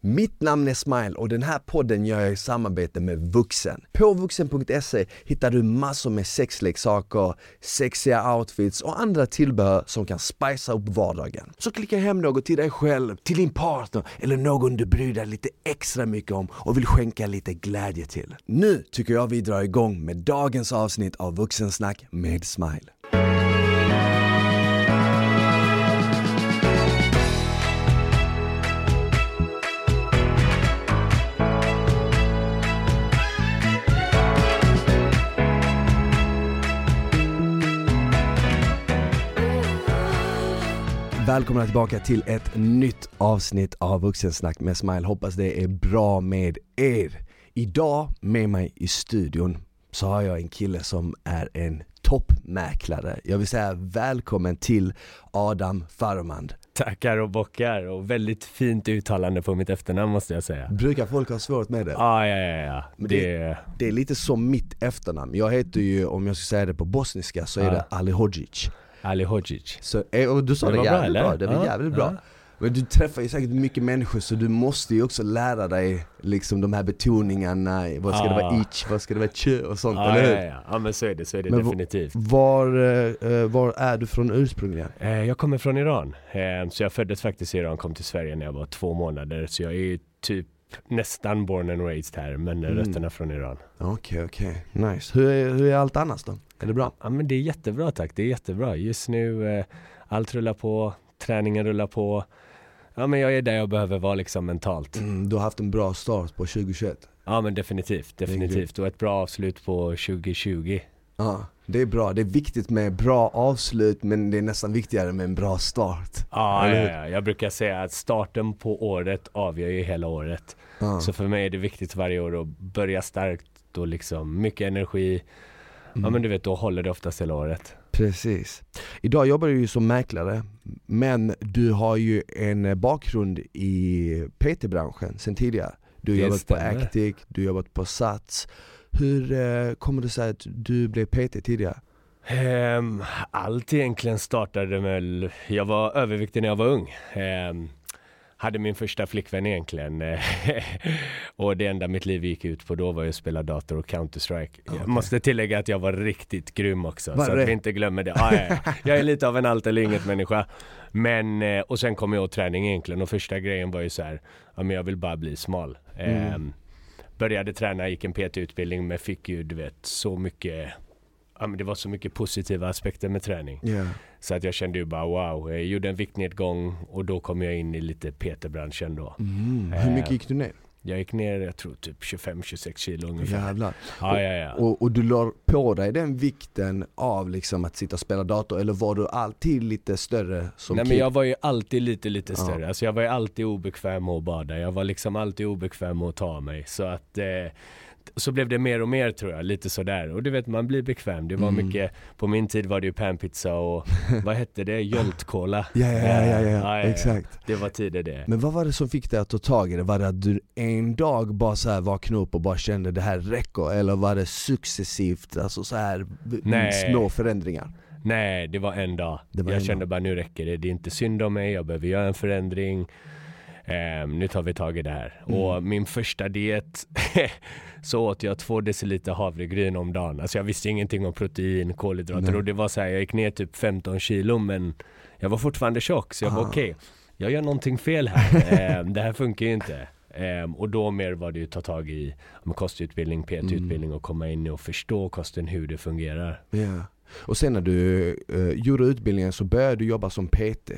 Mitt namn är Smile och den här podden gör jag i samarbete med Vuxen. På vuxen.se hittar du massor med sexleksaker, sexiga outfits och andra tillbehör som kan spicea upp vardagen. Så klicka hem något till dig själv, till din partner eller någon du bryr dig lite extra mycket om och vill skänka lite glädje till. Nu tycker jag vi drar igång med dagens avsnitt av Vuxensnack med Smile. Välkomna tillbaka till ett nytt avsnitt av Vuxensnack med Smile. Hoppas det är bra med er. Idag med mig i studion så har jag en kille som är en toppmäklare. Jag vill säga välkommen till Adam Farmand. Tackar och bockar och väldigt fint uttalande på mitt efternamn måste jag säga. Brukar folk ha svårt med det? Ja. Det är lite som mitt efternamn. Jag heter ju, om jag ska säga det på bosniska så är det Alihodžić. Alihodžić. Så, och du sa det jävligt bra. Det var jävligt bra. Men du träffar ju säkert mycket människor så du måste ju också lära dig liksom de här betoningarna. Vad ska det vara ich, vad ska det vara tjö och sånt, eller hur? Ja, men så är det men definitivt. Var är du från ursprungligen? Jag kommer från Iran. Så jag föddes faktiskt i Iran, kom till Sverige när jag var 2 månader. Så jag är typ nästan born and raised här, men rötterna från Iran. Okej. Nice. Hur är allt annars då? Är det bra? Ja, men det är jättebra tack. Det är jättebra. Just nu, allt rullar på. Träningen rullar på. Ja, men jag är där jag behöver vara liksom mentalt. Du har haft en bra start på 2021. Ja, men definitivt. Och ett bra avslut på 2020. Ja, det är bra. Det är viktigt med bra avslut, men det är nästan viktigare med en bra start. Ja. Jag brukar säga att starten på året avgör ju hela året. Så för mig är det viktigt varje år att börja starkt och liksom mycket energi. Ja, men du vet, då håller det oftast hela året. Precis. Idag jobbar du ju som mäklare, men du har ju en bakgrund i PT-branschen sen tidigare. Du har jobbat på Actic, du har jobbat på Sats. Hur kommer det sig att du blev PT tidigare? Allt egentligen startade med... Jag var överviktig när jag var ung. Hade min första flickvän egentligen. Och det enda mitt liv gick ut på då var att spela dator och Counter-Strike. Jag måste tillägga att jag var riktigt grym också. Så att vi inte glömmer det. Jag är lite av en allt eller inget människa. Men, och sen kom jag åt träning egentligen. Och första grejen var ju så här, ja, men jag vill bara bli smal. Började träna, gick en PT-utbildning, men fick ju, du vet, så mycket... Ja, men det var så mycket positiva aspekter med träning. Yeah. Så att jag kände ju bara wow, jag gjorde en viktnedgång och då kom jag in i lite PT-branschen då. Hur mycket gick du ner? Jag gick ner, jag tror typ 25-26 kilo ungefär. Jävlar. Ja. Och du la på dig den vikten av liksom att sitta och spela dator, eller var du alltid lite större som Nej, kid? men jag var ju alltid lite större. Alltså jag var ju alltid obekväm med att bada. Jag var liksom alltid obekväm med att ta mig. Så att... så blev det mer och mer tror jag, lite sådär. Och du vet, man blir bekväm. Det var mycket, på min tid var det ju panpizza och vad hette det? Joltkola. Ja, exakt. Det var tider det. Men vad var det som fick dig att ta tag i det? Var det att du en dag bara så här vaknade upp och bara kände det här räcker? Eller var det successivt, alltså så här små förändringar? Nej, det var en dag. Jag kände bara, nu räcker det. Det är inte synd om mig, jag behöver göra en förändring. Nu tar vi tag i det här. Och min första diet så åt jag 2 deciliter havregryn om dagen. Alltså jag visste ingenting om protein, kolhydrater. Och det var så här, jag gick ner typ 15 kilo, men jag var fortfarande tjock. Så jag var okej, jag gör någonting fel här. Det här funkar ju inte. Och då mer var det ju ta tag i kostutbildning, PT-utbildning och komma in och förstå kosten, hur det fungerar. Ja. Och sen när du gjorde utbildningen så började du jobba som PT.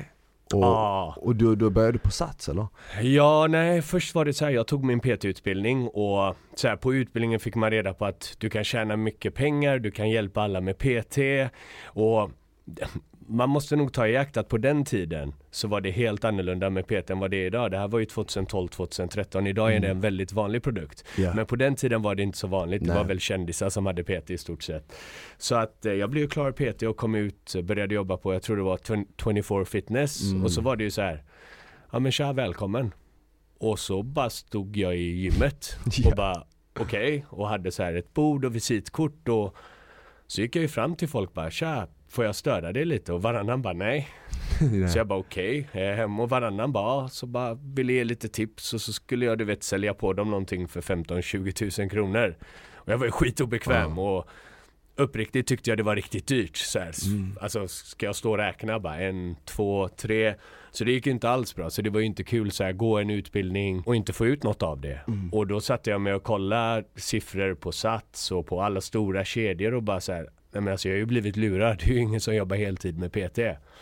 Och då började du på Sats, eller? Ja, nej, först var det så här, jag tog min PT-utbildning och så här, på utbildningen fick man reda på att du kan tjäna mycket pengar, du kan hjälpa alla med PT och man måste nog ta i akt att på den tiden så var det helt annorlunda med PT än vad det är idag. Det här var ju 2012-2013. Idag är det en väldigt vanlig produkt. Yeah. Men på den tiden var det inte så vanligt. Det var väl kändisar som hade PT i stort sett. Så att jag blev klar PT och kom ut, började jobba på, jag tror det var 24 Fitness. Och så var det ju så här, ja men tja, välkommen. Och så bara stod jag i gymmet och bara okej. Och hade så här ett bord och visitkort och så gick jag ju fram till folk bara, tja, får jag störa dig lite? Och varannan bara nej. Så jag bara okej. Och varannan bara så bara ville ge lite tips och så skulle jag, du vet, sälja på dem någonting för 15-20 000 kronor. Och jag var ju skitobekväm och uppriktigt tyckte jag det var riktigt dyrt så här. Alltså ska jag stå och räkna bara 1, 2, 3, så det gick ju inte alls bra, så det var ju inte kul så här, gå en utbildning och inte få ut något av det. Och då satte jag mig och kollade siffror på Sats och på alla stora kedjor och bara så här, nej men alltså jag har ju blivit lurad, det är ju ingen som jobbar heltid med PT.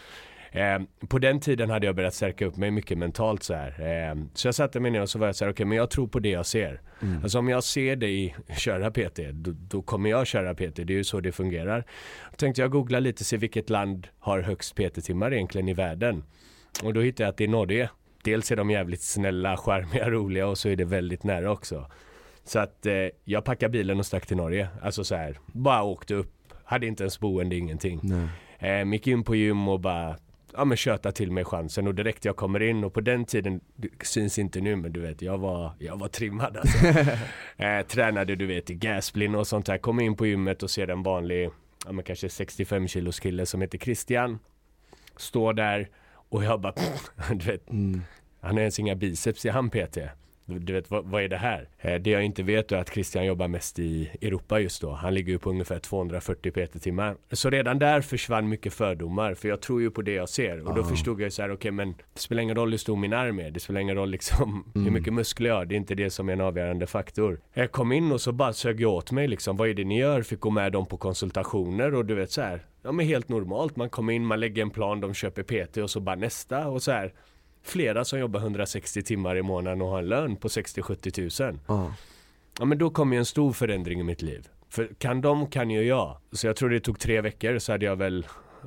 På den tiden hade jag börjat stärka upp mig mycket mentalt så här. Så jag satte mig ner och så var jag så här, okej, men jag tror på det jag ser. Alltså om jag ser dig köra PT, då kommer jag köra PT. Det är ju så det fungerar. Då tänkte jag googla lite, se vilket land har högst PT-timmar egentligen i världen. Och då hittade jag att det är Norge. Dels är de jävligt snälla, charmiga, roliga och så är det väldigt nära också. Så att jag packade bilen och stack till Norge. Alltså så här, bara åkte upp. Hade inte ens boende, ingenting. Gick in på gym och bara köta till mig chansen. Och direkt jag kommer in, och på den tiden, det syns inte nu, men du vet, jag var trimmad alltså. Tränade, du vet, i gasplin och sånt där. Kom in på gymmet och ser en vanlig, kanske 65 kilos kille som heter Christian. Står där och jag bara, du vet, han har ens inga biceps i han PT. Du vet, vad är det här? Det jag inte vet är att Christian jobbar mest i Europa just då. Han ligger ju på ungefär 240 PT-timmar. Så redan där försvann mycket fördomar, för jag tror ju på det jag ser. Och då förstod jag så här, okej, men det spelar ingen roll hur stor min arm är. Det spelar ingen roll liksom hur mycket muskler jag har. Det är inte det som är en avgörande faktor. Jag kom in och så bara sög jag åt mig liksom, vad är det ni gör? Fick gå med dem på konsultationer och du vet så här, men helt normalt. Man kommer in, man lägger en plan, de köper PT och så bara nästa och så här. Flera som jobbar 160 timmar i månaden och har en lön på 60-70 000. Ja, men då kom ju en stor förändring i mitt liv. För kan ju jag. Så jag tror det tog 3 veckor så hade jag väl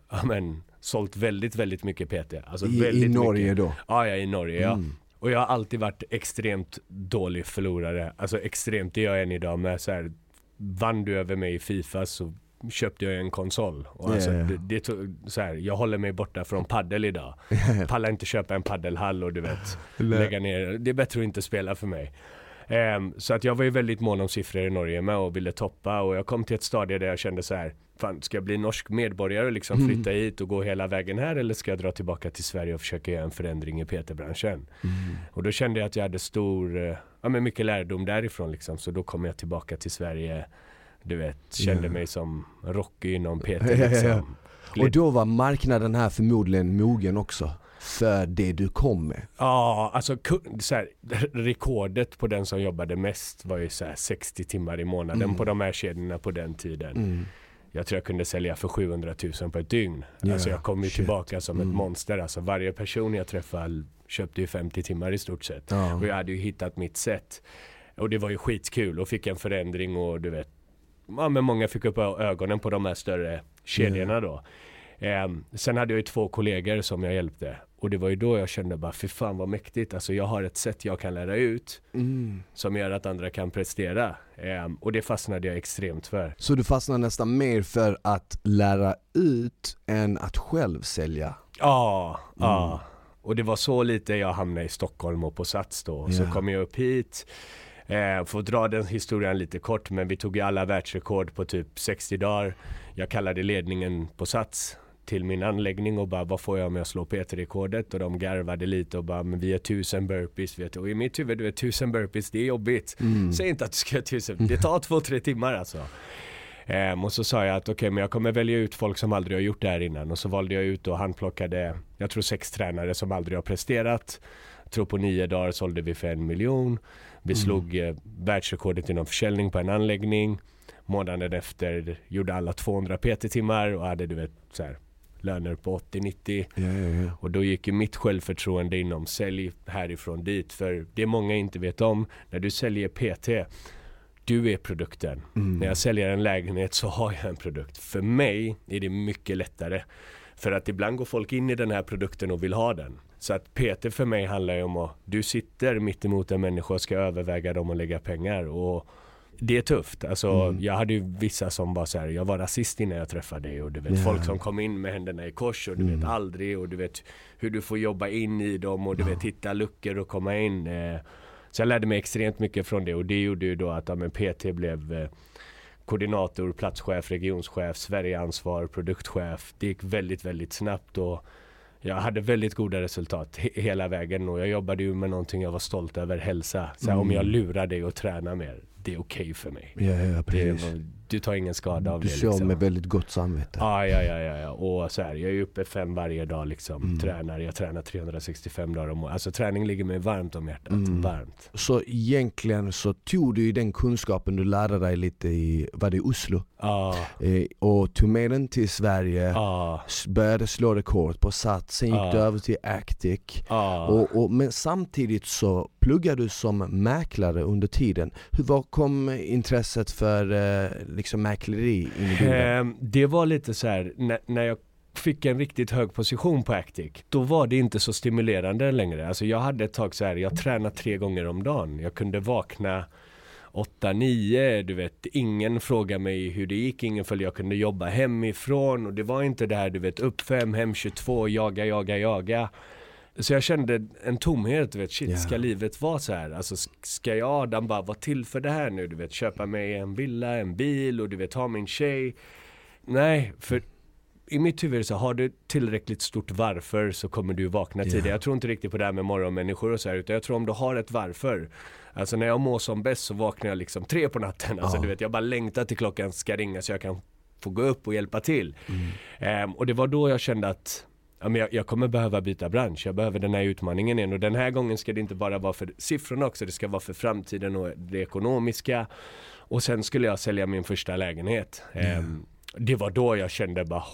sålt väldigt, väldigt mycket PT. Alltså I Norge mycket. Då? Ja, i Norge, ja. Och jag har alltid varit extremt dålig förlorare. Alltså extremt, det gör jag än idag med så här, vann du över mig i FIFA så köpte jag en konsol och alltså, det tog, så här, jag håller mig borta från paddel idag. Pallar inte köpa en paddelhall och du vet lägga ner. Det är bättre att inte spela för mig. Så att jag var ju väldigt mån om siffror i Norge med och ville toppa, och jag kom till ett stadie där jag kände så här, fan, ska jag bli norsk medborgare och liksom flytta hit och gå hela vägen här, eller ska jag dra tillbaka till Sverige och försöka göra en förändring i PT-branschen? Och då kände jag att jag hade mycket lärdom därifrån liksom, så då kom jag tillbaka till Sverige. Du vet, kände mig som Rocky inom PT liksom. Och då var marknaden här förmodligen mogen också för det du kom med. Ja, alltså så här, rekordet på den som jobbade mest var ju så här 60 timmar i månaden på de här kedjorna på den tiden. Jag tror jag kunde sälja för 700 000 på ett dygn. Alltså jag kom ju tillbaka som ett monster. Alltså varje person jag träffade köpte ju 50 timmar i stort sett. Och jag hade ju hittat mitt sätt. Och det var ju skitkul och fick en förändring, och du vet, men många fick upp ögonen på de här större kedjorna då. Sen hade jag ju 2 kollegor som jag hjälpte. Och det var ju då jag kände bara, fy fan vad mäktigt. Alltså jag har ett sätt jag kan lära ut som gör att andra kan prestera. Och det fastnade jag extremt för. Så du fastnade nästan mer för att lära ut än att själv sälja? Ja. Och det var så lite jag hamnade i Stockholm och på Sats då. Så kom jag upp hit. För att dra den historien lite kort, men vi tog ju alla världsrekord på typ 60 dagar. Jag kallade ledningen på Sats till min anläggning och bara, vad får jag om jag slår PT-rekordet? Och de garvade lite och bara, men vi är 1000 burpees, vet du. Och i mitt huvud, du är 1000 burpees, det är jobbigt. Säg inte att du ska göra 1000, det tar 2-3 timmar alltså. Och så sa jag att okej, men jag kommer välja ut folk som aldrig har gjort det här innan. Och så valde jag ut och han plockade, jag tror 6 tränare som aldrig har presterat. Jag tror på 9 dagar sålde vi för 1 miljon. Vi slog världsrekordet inom försäljning på en anläggning. Månaden efter gjorde alla 200 PT-timmar och hade, du vet, så här, löner på 80-90. Och då gick ju mitt självförtroende inom sälj härifrån dit. För det många inte vet om, när du säljer PT, du är produkten. När jag säljer en lägenhet så har jag en produkt. För mig är det mycket lättare. För att ibland går folk in i den här produkten och vill ha den. Så att PT för mig handlar ju om att du sitter mitt emot en människa och ska överväga dem och lägga pengar. Och det är tufft. Alltså, jag hade ju vissa som bara så här, jag var rasist innan jag träffade dig. Och du vet, folk som kom in med händerna i kors och du vet aldrig. Och du vet hur du får jobba in i dem och du vet hitta luckor och komma in. Så jag lärde mig extremt mycket från det. Och det gjorde ju då att PT blev koordinator, platschef, regionschef, Sverigeansvar, produktchef. Det gick väldigt, väldigt snabbt och jag hade väldigt goda resultat hela vägen och jag jobbade ju med någonting jag var stolt över, hälsa. Så om jag lurar dig och tränar mer, det är okej för mig. Ja, precis. Du tar ingen skada av det. Du kör liksom. Med väldigt gott samvete. Ja. Och så här, jag är uppe 5 varje dag liksom. Jag tränar 365 dagar om året. Alltså träning ligger mig varmt om hjärtat. Varmt. Så egentligen så tog du ju den kunskapen du lärde dig lite i Oslo. Och tog med den till Sverige. Började slå rekord på Sats. Sen gick du över till Actic. Men samtidigt så pluggade du som mäklare under tiden. Hur kom intresset för liksom mäkleri in i bilden? Det var lite så här, när jag fick en riktigt hög position på Actic, då var det inte så stimulerande längre. Alltså jag hade ett tag så här, jag tränade 3 gånger om dagen. Jag kunde vakna 8-9, du vet, ingen frågade mig hur det gick, ingen följde, jag kunde jobba hemifrån och det var inte det här, du vet, upp 5, hem 22, jaga. Så jag kände en tomhet, du vet, ska livet vara så här? Alltså ska jag Adam bara vara till för det här nu, du vet, köpa mig en villa, en bil och du vet, ha min tjej? Nej, för i mitt huvud så har du tillräckligt stort varför så kommer du vakna tidigare. Jag tror inte riktigt på det här med morgonmänniskor och så här, utan jag tror om du har ett varför. Alltså när jag mår som bäst så vaknar jag liksom 3 på natten. Alltså du vet, jag bara längtar till klockan ska ringa så jag kan få gå upp och hjälpa till. Och det var då jag kände att jag kommer behöva byta bransch. Jag behöver den här utmaningen igen. Och den här gången ska det inte bara vara för siffrorna också. Det ska vara för framtiden och det ekonomiska. Och sen skulle jag sälja min första lägenhet. Det var då jag kände bara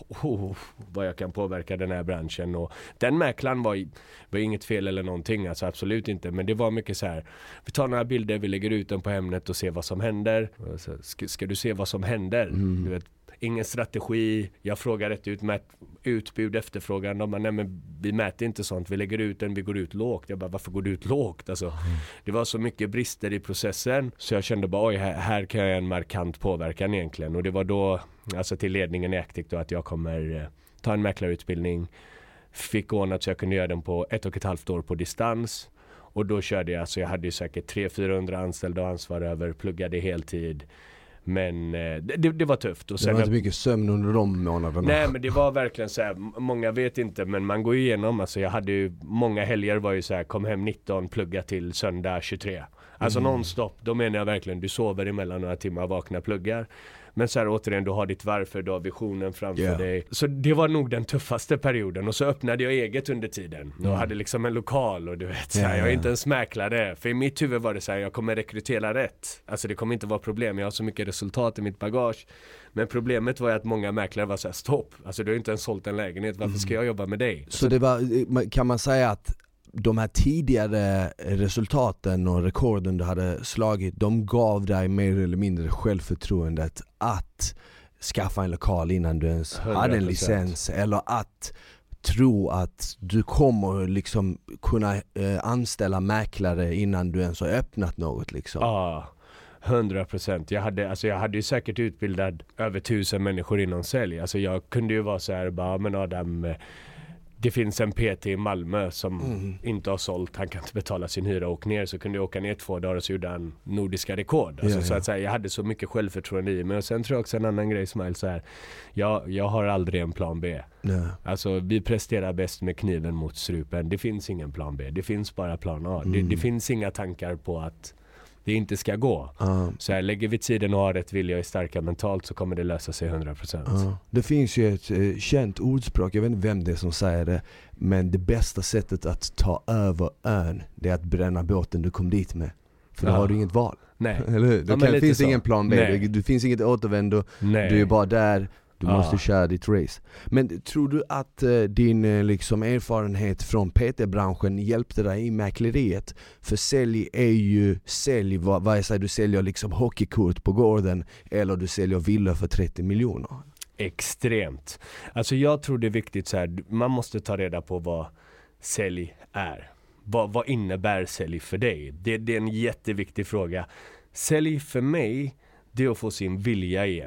vad jag kan påverka den här branschen. Och den mäklaren var inget fel eller någonting. Alltså absolut inte. Men det var mycket så här. Vi tar några bilder, vi lägger ut dem på Hemnet och ser vad som händer. Så, ska du se vad som händer? Du vet, ingen strategi, jag frågar rätt ut med utbud, efterfrågan. De bara, nej men vi mäter inte sånt, vi lägger ut den, vi går ut lågt. Jag bara, varför går du ut lågt? Alltså, det var så mycket brister i processen så jag kände bara, oj, här kan jag en markant påverkan egentligen. Och det var då, alltså till ledningen i Actic då, att jag kommer ta en mäklarutbildning. Fick ordnat så jag kunde göra den på 1,5 år på distans. Och då körde jag, alltså jag hade ju säkert 300-400 anställda och ansvar över, pluggade heltid. Men det var tufft. Och sen det var inte mycket sömn under de månaderna. Nej, men det var verkligen så här, många vet inte, men man går igenom, alltså jag hade ju, många helger var ju så här, kom hem 19, plugga till söndag 23. Alltså nonstop, då menar jag verkligen, du sover emellan några timmar, vaknar, pluggar. Men så här återigen, du har ditt varför, du har visionen framför dig. Så det var nog den tuffaste perioden. Och så öppnade jag eget under tiden. Och hade liksom en lokal och du vet, så här, jag är inte ens mäklare. För i mitt huvud var det så här, jag kommer rekrytera rätt. Alltså det kommer inte vara problem, jag har så mycket resultat i mitt bagage. Men problemet var ju att många mäklare var så här, stopp. Alltså du har inte ens sålt en lägenhet, varför ska jag jobba med dig? Så det var, kan man säga att de här tidigare resultaten och rekorden du hade slagit, de gav dig mer eller mindre självförtroendet att skaffa en lokal innan du ens 100%. Hade en licens, eller att tro att du kommer liksom kunna anställa mäklare innan du ens har öppnat något liksom. 100%. Jag hade ju säkert utbildat över 1000 människor inom sälj. Alltså jag kunde ju vara så här, bara, men Adam, det finns en PT i Malmö som inte har sålt, han kan inte betala sin hyra och åka ner, så kunde jag åka ner 2 dagar och så gjorde han nordiska rekord. Alltså, så att säga, jag hade så mycket självförtroende i mig. Och sen tror jag också en annan grej, Smile, så här, jag har aldrig en plan B. Alltså vi presterar bäst med kniven mot strupen. Det finns ingen plan B, det finns bara plan A. Det finns inga tankar på att det inte ska gå. Så här, lägger vi tiden och har rätt vilja och är starka mentalt, så kommer det lösa sig 100%. Det finns ju ett känt ordspråk, jag vet inte vem det är som säger det, men det bästa sättet att ta över ön, det är att bränna båten du kom dit med. För då har du inget val. Nej. Eller hur? Det finns ingen plan B, det finns inget återvändo. Du är bara där. Du måste köra ditt race. Men tror du att din liksom erfarenhet från PT-branschen hjälpte dig i mäkleriet? För sälj är ju sälj, vad säger du, säljer liksom hockeykort på gården eller du säljer villor för 30 miljoner? Extremt. Alltså jag tror det är viktigt så här, man måste ta reda på vad sälj är. Vad innebär sälj för dig? Det är en jätteviktig fråga. Sälj för mig, det är att få sin vilja igenom.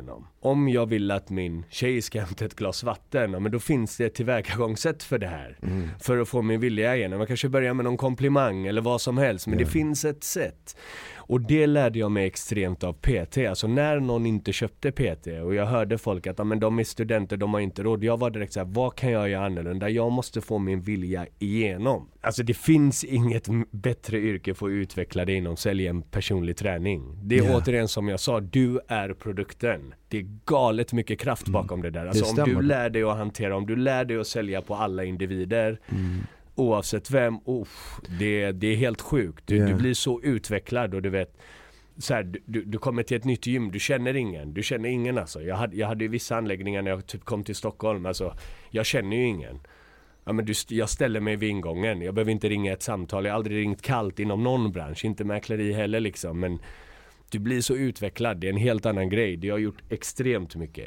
om jag vill att min tjej ska hämta ett glas vatten, men då finns det ett tillvägagångssätt för det här. För att få min vilja igenom. Man kanske börjar med någon komplimang eller vad som helst, men det finns ett sätt. Och det lärde jag mig extremt av PT. Alltså när någon inte köpte PT och jag hörde folk att men de är studenter, de har inte råd. Jag var direkt så här, vad kan jag göra annorlunda? Jag måste få min vilja igenom. Alltså det finns inget bättre yrke för att utveckla det inom sälj än personlig träning. Det är återigen som jag sa, du är produkten. Det är galet mycket kraft bakom det där. Alltså om du lär dig att hantera, om du lär dig att sälja på alla individer, oavsett vem, det är helt sjukt. Du blir så utvecklad och du vet så här, du kommer till ett nytt gym, du känner ingen alltså. Jag hade ju vissa anläggningar när jag typ kom till Stockholm, alltså jag känner ju ingen. Ja, men jag ställer mig vid ingången, jag behöver inte ringa ett samtal, jag har aldrig ringt kallt inom någon bransch, inte mäkleri heller liksom, men du blir så utvecklad, det är en helt annan grej. Det har gjort extremt mycket.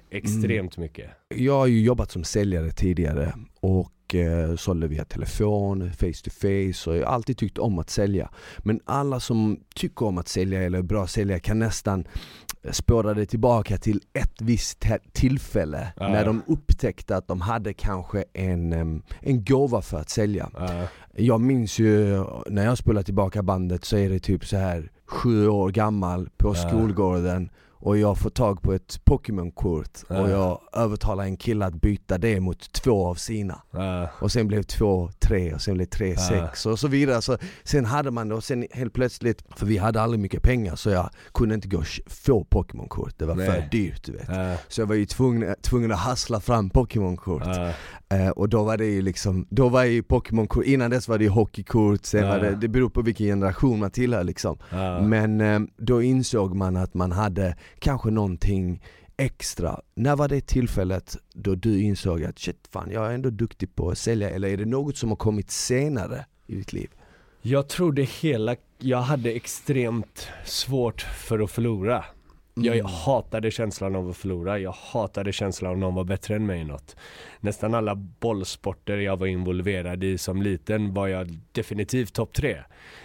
Jag har ju jobbat som säljare tidigare och sålde via telefon, face to face, och jag har alltid tyckt om att sälja. Men alla som tycker om att sälja eller är bra säljare kan nästan spåra det tillbaka till ett visst tillfälle när de upptäckte att de hade kanske en gåva för att sälja. Jag minns ju när jag spelade tillbaka bandet, så är det typ så här 7 år gammal på skolgården och jag får tag på ett Pokémon-kort och jag övertalar en kille att byta det mot 2 av sina. Och sen blev 2 3 och sen blev 3 6 och så vidare. Så sen hade man det, och sen helt plötsligt, för vi hade aldrig mycket pengar så jag kunde inte gå och få Pokémon-kort. Det var för dyrt, du vet. Så jag var ju tvungen att hassla fram Pokémon-kort. Och då var det ju liksom, då var ju Pokémon-kort, innan dess var det ju hockeykort, sen var det beror på vilken generation man tillhör liksom. Men då insåg man att man hade kanske någonting extra. När var det tillfället då du insåg att shit fan, jag är ändå duktig på att sälja, eller är det något som har kommit senare i ditt liv? Jag tror jag hade extremt svårt för att förlora. Jag hatade känslan av att förlora. Jag hatade känslan av att någon var bättre än mig i något. Nästan alla bollsporter jag var involverad i som liten var jag definitivt topp 3.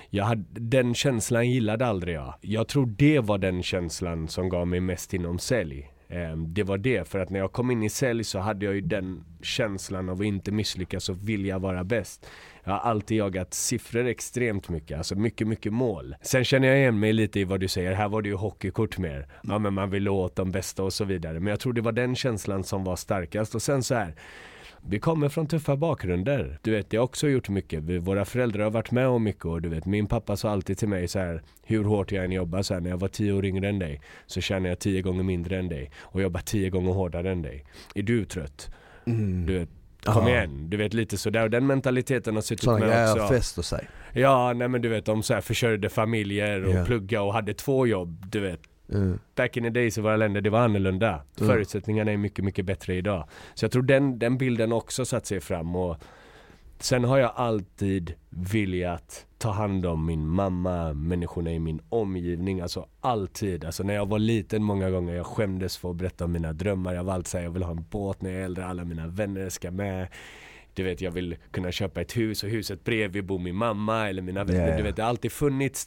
Den känslan gillade aldrig jag. Jag tror det var den känslan som gav mig mest inom sälj. Det var det, för att när jag kom in i sälj så hade jag ju den känslan av att inte misslyckas och vilja vara bäst. Jag har alltid jagat siffror extremt mycket, alltså mycket mål. Sen känner jag igen mig lite i vad du säger, här var det ju hockeykort mer. Ja, men man ville åt de bästa och så vidare. Men jag tror det var den känslan som var starkast. Och sen så här, vi kommer från tuffa bakgrunder. Du vet, jag har också gjort mycket. Våra föräldrar har varit med om mycket. Och du vet, min pappa sa alltid till mig så här, hur hårt jag än jobbar, så här, när jag var 10 år yngre än dig så tjänar jag 10 gånger mindre än dig. Och jobbar 10 gånger hårdare än dig. Är du trött? Du vet, kom igen. Du vet, lite sådär. Och den mentaliteten har suttit med också. Fäster sig. Ja, nej men du vet, de så här försörjde familjer och plugga och hade 2 jobb, du vet. Back in the days i våra länder, det var annorlunda. Förutsättningarna är mycket bättre idag. Så jag tror den bilden också satt sig fram. Och sen har jag alltid velat ta hand om min mamma, människorna i min omgivning. Alltså alltid. Alltså när jag var liten många gånger, jag skämdes för att berätta om mina drömmar. Jag var alltid säga, jag vill ha en båt när jag är äldre, alla mina vänner ska med. Du vet, jag vill kunna köpa ett hus och huset bredvid bor min mamma eller mina vänner. Du vet, det har alltid funnits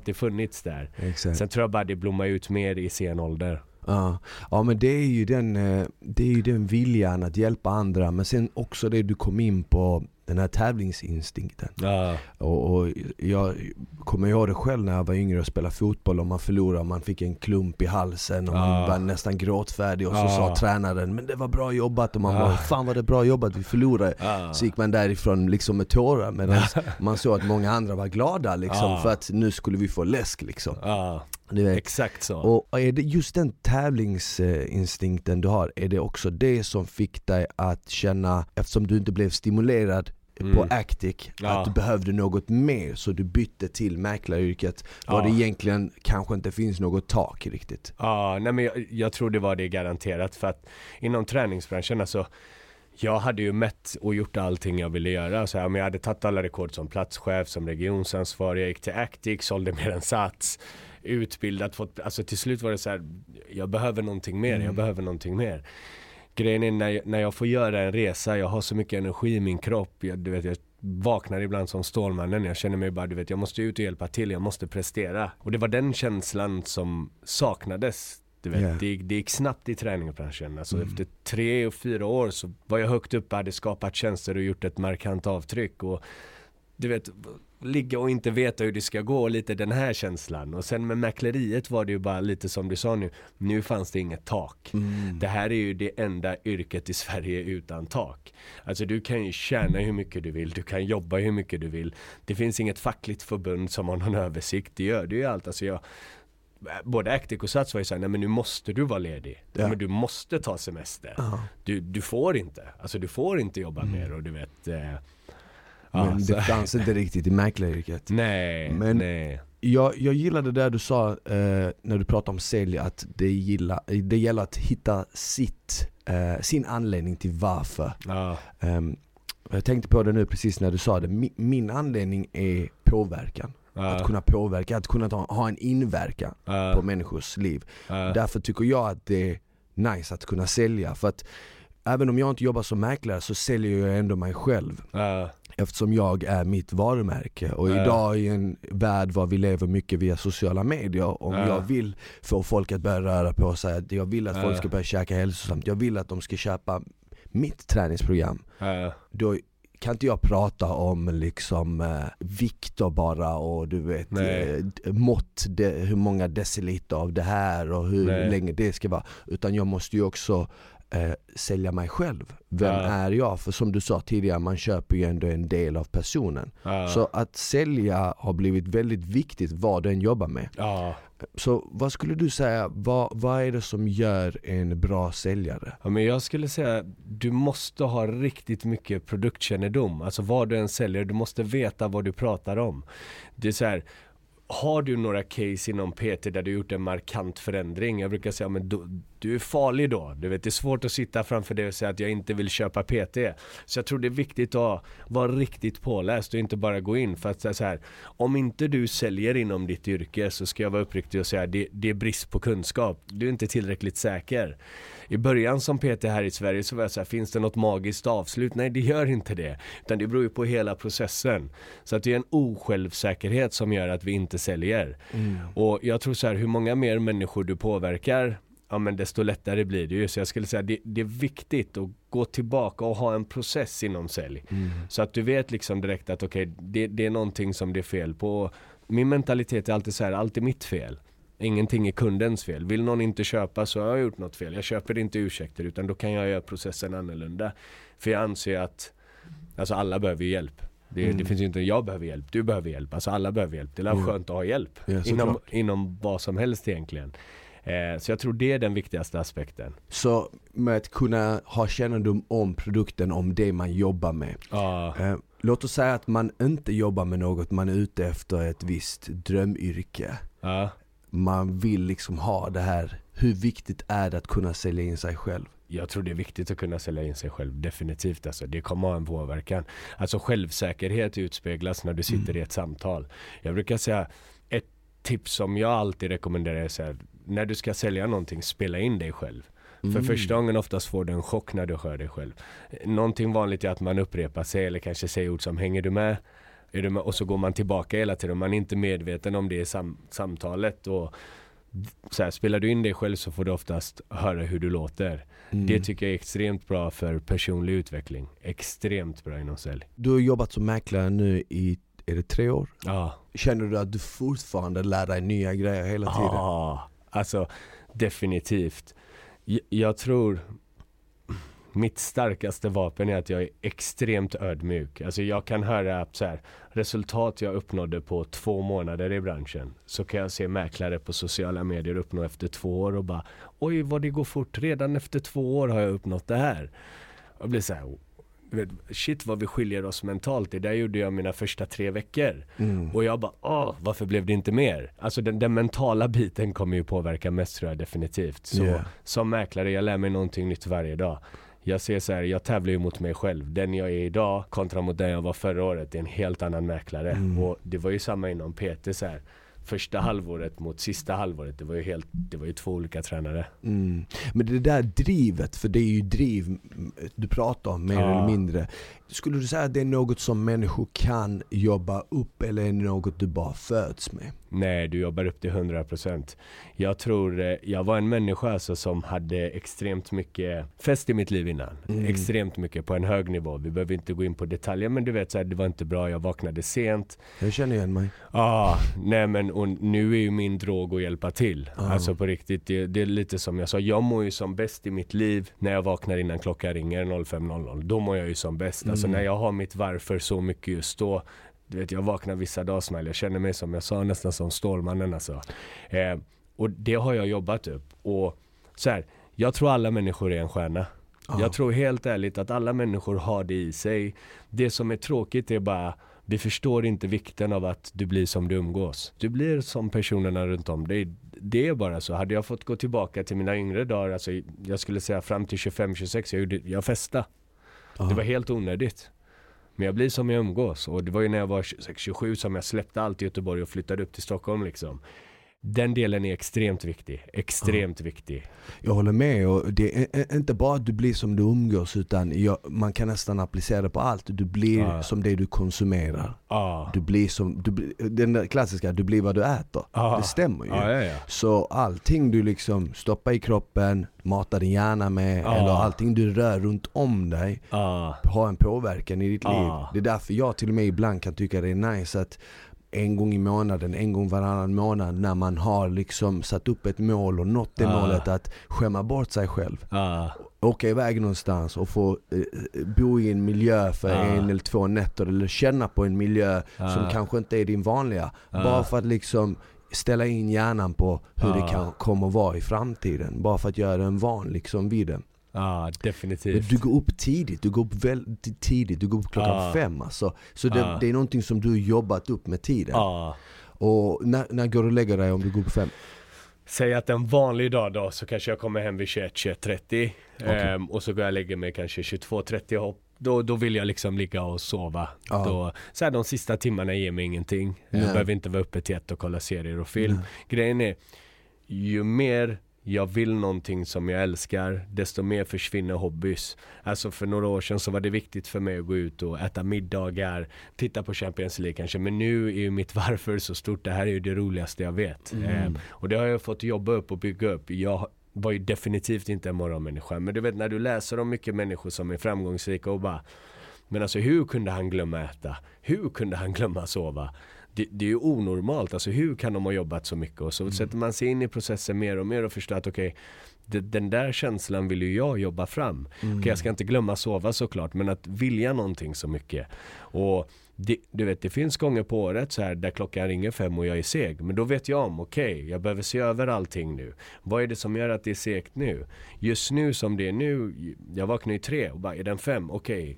där. Exakt. Sen tror jag bara det blommar ut mer i sen ålder. Ja, men det är ju den viljan att hjälpa andra, men sen också det du kom in på, den här tävlingsinstinkten. Och jag kommer ihåg det själv när jag var yngre och spelade fotboll, och man förlorade, man fick en klump i halsen och man var nästan gråtfärdig och så sa tränaren, men det var bra jobbat, och man var, fan var det bra jobbat, vi förlorade. Så gick man därifrån liksom med tårar, medan man såg att många andra var glada liksom, för att nu skulle vi få läsk liksom. Du vet. Exakt så. Och är det just den tävlingsinstinkten du har, är det också det som fick dig att känna, eftersom du inte blev stimulerad på Actic, att du behövde något mer, så du bytte till mäklaryrket, var det egentligen kanske inte finns något tak riktigt? Nej, men jag tror det var det garanterat, för att inom träningsbranschen, alltså jag hade ju mätt och gjort allting jag ville göra. Så här, men jag hade tagit alla rekord som platschef, som regionsansvarig, jag gick till Actic, sålde mer än Sats, utbildat, alltså till slut var det så här, jag behöver någonting mer. Grejen är när jag får göra en resa, jag har så mycket energi i min kropp, jag vaknar ibland som Stålmannen, jag känner mig bara, du vet, jag måste ut och hjälpa till, jag måste prestera. Och det var den känslan som saknades. Du vet, det gick snabbt i träningsbranschen. Alltså efter 3 och 4 år så var jag högt upp, hade skapat tjänster och gjort ett markant avtryck. Och du vet, ligga och inte veta hur det ska gå, lite den här känslan. Och sen med mäkleriet var det ju bara lite som du sa nu fanns det inget tak. Det här är ju det enda yrket i Sverige utan tak. Alltså du kan ju tjäna hur mycket du vill, du kan jobba hur mycket du vill. Det finns inget fackligt förbund som har någon översikt, det gör det ju allt. Alltså både Actic och Sats var ju såhär, nej men nu måste du vara ledig. Ja. Men du måste ta semester. Du får inte. Alltså du får inte jobba mer och du vet... Men det fanns inte riktigt i mäklaryrket. Nej. Jag gillade det där du sa när du pratade om sälj, att det gäller att hitta sin anledning till varför. Jag tänkte på det nu precis när du sa det. Min anledning är påverkan. Att kunna påverka, att kunna ha en inverkan på människors liv. Därför tycker jag att det är nice att kunna sälja. För att även om jag inte jobbar som mäklare så säljer jag ändå mig själv. Eftersom jag är mitt varumärke. Och idag i en värld var vi lever mycket via sociala medier. Om jag vill få folk att börja röra på sig, att jag vill att folk ska börja käka hälsosamt, jag vill att de ska köpa mitt träningsprogram, då kan inte jag prata om liksom vikter bara och du vet mått, hur många deciliter av det här och hur länge det ska vara, utan jag måste ju också sälja mig själv. Vem är jag? För som du sa tidigare, man köper ju ändå en del av personen. Så att sälja har blivit väldigt viktigt vad den jobbar med. Så vad skulle du säga, vad är det som gör en bra säljare? Ja, men jag skulle säga du måste ha riktigt mycket produktkännedom. Alltså vad du än säljer, du måste veta vad du pratar om. Det är så här, har du några case inom PT där du gjort en markant förändring? Jag brukar säga, men du är farlig då. Du vet, det är svårt att sitta framför dig och säga att jag inte vill köpa PT. Så jag tror det är viktigt att vara riktigt påläst och inte bara gå in. För att säga så här, om inte du säljer inom ditt yrke så ska jag vara uppriktig och säga att det är brist på kunskap. Du är inte tillräckligt säker. I början som PT här i Sverige så var jag så här, finns det något magiskt avslut? Nej, det gör inte det. Utan det beror ju på hela processen. Så att det är en osjälvsäkerhet som gör att vi inte säljer. Och jag tror så här, hur många mer människor du påverkar, ja men desto lättare blir det ju. Så jag skulle säga det är viktigt att gå tillbaka och ha en process inom sälj. Så att du vet liksom direkt att okej, det är någonting som det är fel på. Min mentalitet är alltid så här, allt är mitt fel. Ingenting är kundens fel. Vill någon inte köpa så har jag gjort något fel. Jag köper inte ursäkter, utan då kan jag göra processen annorlunda. För jag anser att alltså alla behöver hjälp. Det finns ju inte, jag behöver hjälp, du behöver hjälp. Alltså alla behöver hjälp. Det är skönt att ha hjälp inom vad som helst egentligen. Så jag tror det är den viktigaste aspekten. Så med att kunna ha kännedom om produkten, om det man jobbar med. Låt oss säga att man inte jobbar med något, man är ute efter ett visst drömyrke. Man vill liksom ha det här. Hur viktigt är det att kunna sälja in sig själv? Jag tror det är viktigt att kunna sälja in sig själv, definitivt. Alltså, det kommer ha en påverkan. Alltså självsäkerhet utspeglas när du sitter i ett samtal. Jag brukar säga, ett tips som jag alltid rekommenderar är så här, när du ska sälja någonting, spela in dig själv. För första gången oftast får du en chock när du hör dig själv. Någonting vanligt är att man upprepar sig eller kanske säger ord som hänger du med? Är du med? Och så går man tillbaka hela tiden. Man är inte medveten om det i samtalet. Och så här, spelar du in dig själv så får du oftast höra hur du låter. Det tycker jag är extremt bra för personlig utveckling. Extremt bra inom sälj. Du har jobbat som mäklare nu i, är det 3 år? Ja. Känner du att du fortfarande lär dig nya grejer hela tiden? Ja, alltså definitivt. Jag tror mitt starkaste vapen är att jag är extremt ödmjuk. Alltså jag kan höra så här, resultat jag uppnådde på 2 månader i branschen. Så kan jag se mäklare på sociala medier uppnå efter 2 år och bara, oj vad det går fort. Redan efter 2 år har jag uppnått det här. Jag blir så här, shit vad vi skiljer oss mentalt. Det där gjorde jag mina första 3 veckor. Och jag bara, varför blev det inte mer? Alltså den mentala biten kommer ju påverka mest, tror jag definitivt. Så som mäklare, jag lär mig någonting nytt varje dag. Jag ser så här, jag tävlar ju mot mig själv. Den jag är idag kontra mot den jag var förra året är en helt annan mäklare. Och det var ju samma inom PT så här. första halvåret mot sista halvåret, det var ju 2 olika tränare. Men det där drivet, för det är ju driv du pratar om mer eller mindre. Skulle du säga att det är något som människor kan jobba upp, eller är det något du bara föds med? Nej, du jobbar upp till 100%. Jag tror, jag var en människa alltså som hade extremt mycket fest i mitt liv innan. Extremt mycket på en hög nivå. Vi behöver inte gå in på detaljer, men du vet så här, det var inte bra, jag vaknade sent. Jag känner igen mig. Nej men och nu är ju min drog att hjälpa till. Alltså på riktigt, det är lite som jag sa, jag mår ju som bäst i mitt liv när jag vaknar innan klockan ringer 05.00. Då mår jag ju som bäst. Alltså när jag har mitt varför så mycket just då. Du vet, jag vaknar vissa dagar Smile. Jag känner mig som jag sa nästan som Stålmannen alltså. Och det har jag jobbat upp. Och så här, jag tror alla människor är en stjärna. Jag tror helt ärligt att alla människor har det i sig. Det som är tråkigt är bara, vi förstår inte vikten av att du blir som du umgås. Du blir som personerna runt om dig. Det är bara så. Hade jag fått gå tillbaka till mina yngre dagar, alltså jag skulle säga fram till 25-26, jag festade. Det var helt onödigt. Men jag blir som jag umgås. Och det var ju när jag var 26-27 som jag släppte allt i Göteborg och flyttade upp till Stockholm liksom. Den delen är extremt viktig. Extremt viktig. Jag håller med, och det är inte bara att du blir som du umgås, utan man kan nästan applicera det på allt. Du blir som det du konsumerar. Du blir som den där klassiska, du blir vad du äter. Det stämmer ju. Så allting du liksom stoppar i kroppen, matar din hjärna med, eller allting du rör runt om dig har en påverkan i ditt liv. Det är därför jag till och med ibland kan tycka det är nice att en gång i månaden, en gång varannan månad, när man har liksom satt upp ett mål och nått det målet, att skämma bort sig själv. Åka iväg någonstans och få bo i en miljö för 1 eller 2 nätter, eller känna på en miljö som kanske inte är din vanliga. Bara för att liksom ställa in hjärnan på hur det kan komma att vara i framtiden. Bara för att göra den van liksom vid den. Ja, definitivt. Du går upp tidigt, du går upp väldigt tidigt, du går upp klockan 5 alltså. Så det är någonting som du har jobbat upp med tiden. Och när går du och lägger dig om du går upp 5? Säg att en vanlig dag då, så kanske jag kommer hem vid 21-21:30 och så går jag och lägger mig kanske 22:30 hopp. Då vill jag liksom ligga och sova. Då, så här, de sista timmarna ger mig ingenting. Jag behöver inte vara uppe till 1 och kolla serier och film. Grejen är, ju mer jag vill någonting som jag älskar, desto mer försvinner hobbys. Alltså för några år sedan så var det viktigt för mig att gå ut och äta middagar, titta på Champions League kanske. Men nu är ju mitt varför så stort. Det här är ju det roligaste jag vet. Och det har jag fått jobba upp och bygga upp. Jag var ju definitivt inte en morgonmänniska. Men du vet, när du läser om mycket människor som är framgångsrika och bara, men alltså hur kunde han glömma äta? Hur kunde han glömma sova? Det är ju onormalt. Alltså hur kan de ha jobbat så mycket? Och så sätter man sig in i processen mer och mer och förstår att okej, den där känslan vill ju jag jobba fram. Jag ska inte glömma sova såklart, men att vilja någonting så mycket. Och du vet, det finns gånger på året så här där klockan ringer 5 och jag är seg. Men då vet jag om, jag behöver se över allting nu. Vad är det som gör att det är segt nu? Just nu som det är nu, jag vaknar ju 3 och bara, är den 5?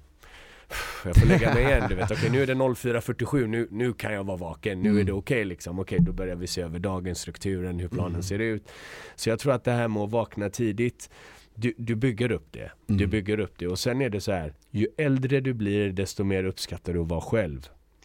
Jag får lägga mig igen, du vet. Nu är det 04:47, nu kan jag vara vaken. Nu är det liksom. Då börjar vi se över dagens strukturen, hur planen ser ut. Så jag tror att det här med att vakna tidigt, du bygger upp det. Du bygger upp det. Och sen är det så här, ju äldre du blir, desto mer uppskattar du att vara själv.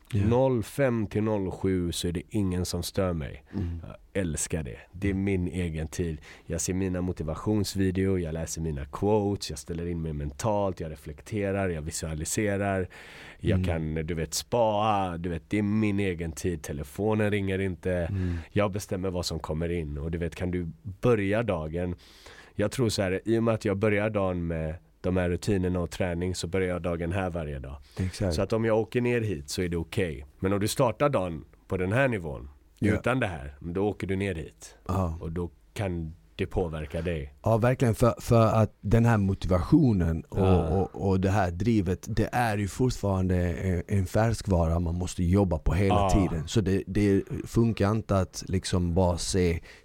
05 till 07 så är det ingen som stör mig. Jag älskar det. Det är min egen tid. Jag ser mina motivationsvideor, jag läser mina quotes, jag ställer in mig mentalt, jag reflekterar, jag visualiserar. Jag kan, du vet, spa, du vet, det är min egen tid. Telefonen ringer inte. Jag bestämmer vad som kommer in. Och du vet, kan du börja dagen, jag tror så här, i och med att jag börjar dagen med de här rutinerna och träning, så börjar jag dagen här varje dag. Så att om jag åker ner hit så är det okej. Men om du startar dagen på den här nivån utan det här, då åker du ner hit. Och då kan det påverka dig. Ja, verkligen. För att den här motivationen och det här drivet, det är ju fortfarande en färskvara man måste jobba på hela tiden. Så det funkar inte att liksom bara se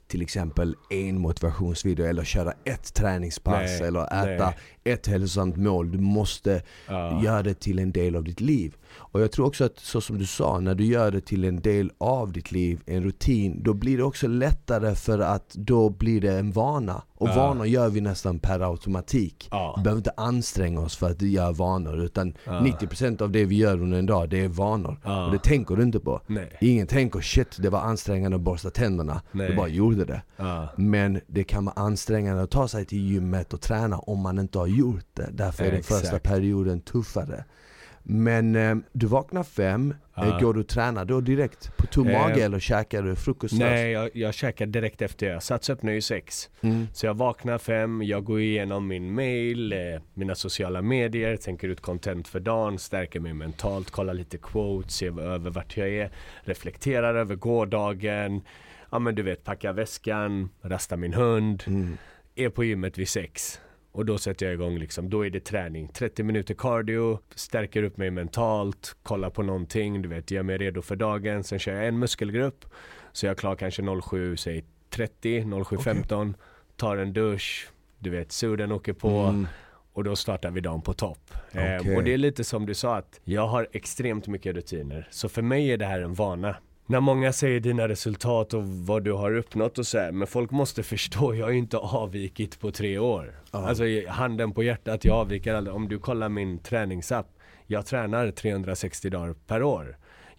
till exempel en motivationsvideo eller köra ett träningspass eller äta ett hälsosamt mål. Du måste göra det till en del av ditt liv. Och jag tror också att, så som du sa, när du gör det till en del av ditt liv, en rutin, då blir det också lättare, för att då blir det en vana. Och vanor gör vi nästan per automatik. Vi behöver inte anstränga oss för att göra vanor, utan 90% av det vi gör under en dag, det är vanor. Och det tänker du inte på. Ingen tänker, shit, det var ansträngande att borsta tänderna. Du bara gjorde det. Men det kan vara ansträngande att ta sig till gymmet och träna om man inte har gjort det. Därför är den första perioden tuffare. Men du vaknar 5, går du och tränar då direkt på tom mage eller käkar du frukost? Nej, jag käkar direkt efter. Jag sats upp nu i 6. Så jag vaknar 5, jag går igenom min mail, mina sociala medier, tänker ut content för dagen, stärker mig mentalt, kollar lite quotes, ser över vart jag är, reflekterar över gårdagen, ja men du vet, packar väskan, rastar min hund, är på gymmet vid 6. Och då sätter jag igång liksom, då är det träning. 30 minuter cardio, stärker upp mig mentalt, kollar på någonting, du vet, gör mig redo för dagen. Sen kör jag en muskelgrupp, så jag är klar kanske 07, säg 30, 07.15, tar en dusch, du vet, suden åker på och då startar vi dagen på topp. Och det är lite som du sa, att jag har extremt mycket rutiner. Så för mig är det här en vana. När många säger dina resultat och vad du har uppnått och så här, men folk måste förstå, jag har ju inte avvikit på 3 år. Alltså handen på hjärtat, jag avviker aldrig. Om du kollar min träningsapp, jag tränar 360 dagar per år.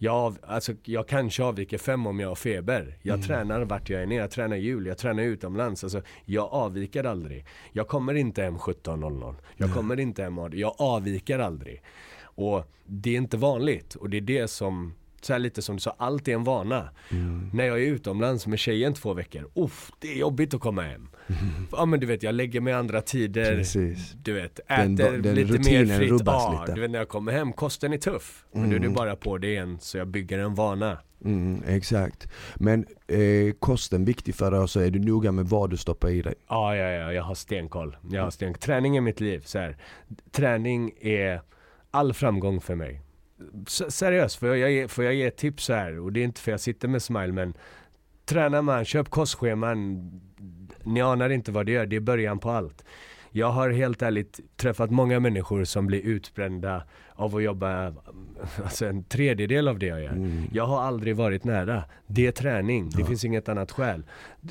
Jag kanske avviker 5 om jag har feber. Jag tränar vart jag är ner, jag tränar jul, jag tränar utomlands. Alltså, jag avviker aldrig. Jag kommer inte hem 17:00. Jag kommer inte hem, jag avviker aldrig. Och det är inte vanligt. Och det är det som, så här lite som du sa, allt är en vana. När jag är utomlands med tjejen 2 veckor, det är jobbigt att komma hem. Ja men du vet, jag lägger mig andra tider. Precis. Du vet, äter den lite mer fritt. Lite. Du vet, när jag kommer hem, kosten är tuff. Men nu är det bara på det igen, så jag bygger en vana. Exakt. Men kosten viktig för dig, så är du noga med vad du stoppar i dig? Ja, jag har stenkoll. Träning är mitt liv. Så här. Träning är all framgång för mig. Seriöst, får jag ge ett tips här, och det är inte för jag sitter med smile, men tränar man, köp kostscheman, ni anar inte vad det gör, det är början på allt. Jag har helt ärligt träffat många människor som blir utbrända av att jobba, alltså en tredjedel av det jag gör. Jag har aldrig varit nära. Det är träning, det finns inget annat skäl.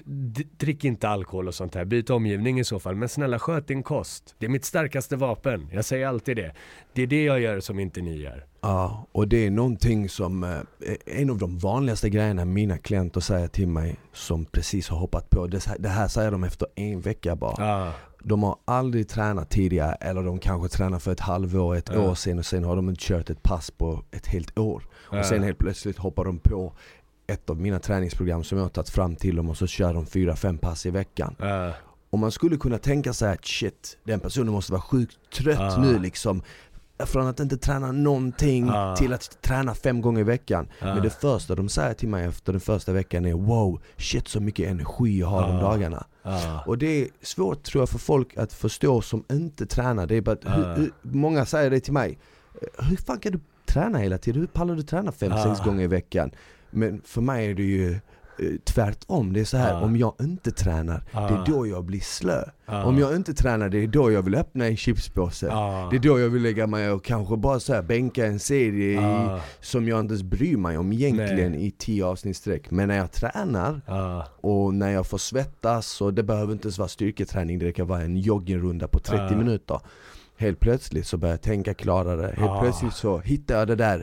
Drick inte alkohol och sånt här, byt omgivning i så fall. Men snälla, sköt din kost. Det är mitt starkaste vapen, jag säger alltid det. Det är det jag gör som inte ni gör. Ja, och det är någonting som en av de vanligaste grejerna mina klienter säger till mig, som precis har hoppat på. Det här säger de efter 1 vecka bara. De har aldrig tränat tidigare, eller de kanske tränar för ett halvår, ett år sedan, och sen har de inte kört ett pass på ett helt år. Och sen helt plötsligt hoppar de på ett av mina träningsprogram som jag har tagit fram till dem, och så kör de 4-5 pass i veckan. Och man skulle kunna tänka sig att shit, den personen måste vara sjukt trött nu liksom. Från att inte träna någonting till att träna 5 gånger i veckan. Men det första de säger till mig efter den första veckan är, wow, shit, så mycket energi jag har de dagarna. Och det är svårt, tror jag, för folk att förstå som inte tränar. Det är bara, många säger det till mig, hur fan kan du träna hela tiden? Hur pallar du träna 5-6 gånger i veckan? Men för mig är det ju tvärtom. Det är så här, om jag inte tränar, det är då jag blir slö. Om jag inte tränar, det är då jag vill öppna en chipspåse. Det är då jag vill lägga mig och kanske bara så här bänka en serie som jag inte ens bryr mig om egentligen i 10 avsnittsträck. Men när jag tränar och när jag får svettas, och det behöver inte ens vara styrketräning, det kan vara en joggingrunda på 30 minuter. Helt plötsligt så börjar jag tänka klarare. Helt plötsligt så hittar jag det där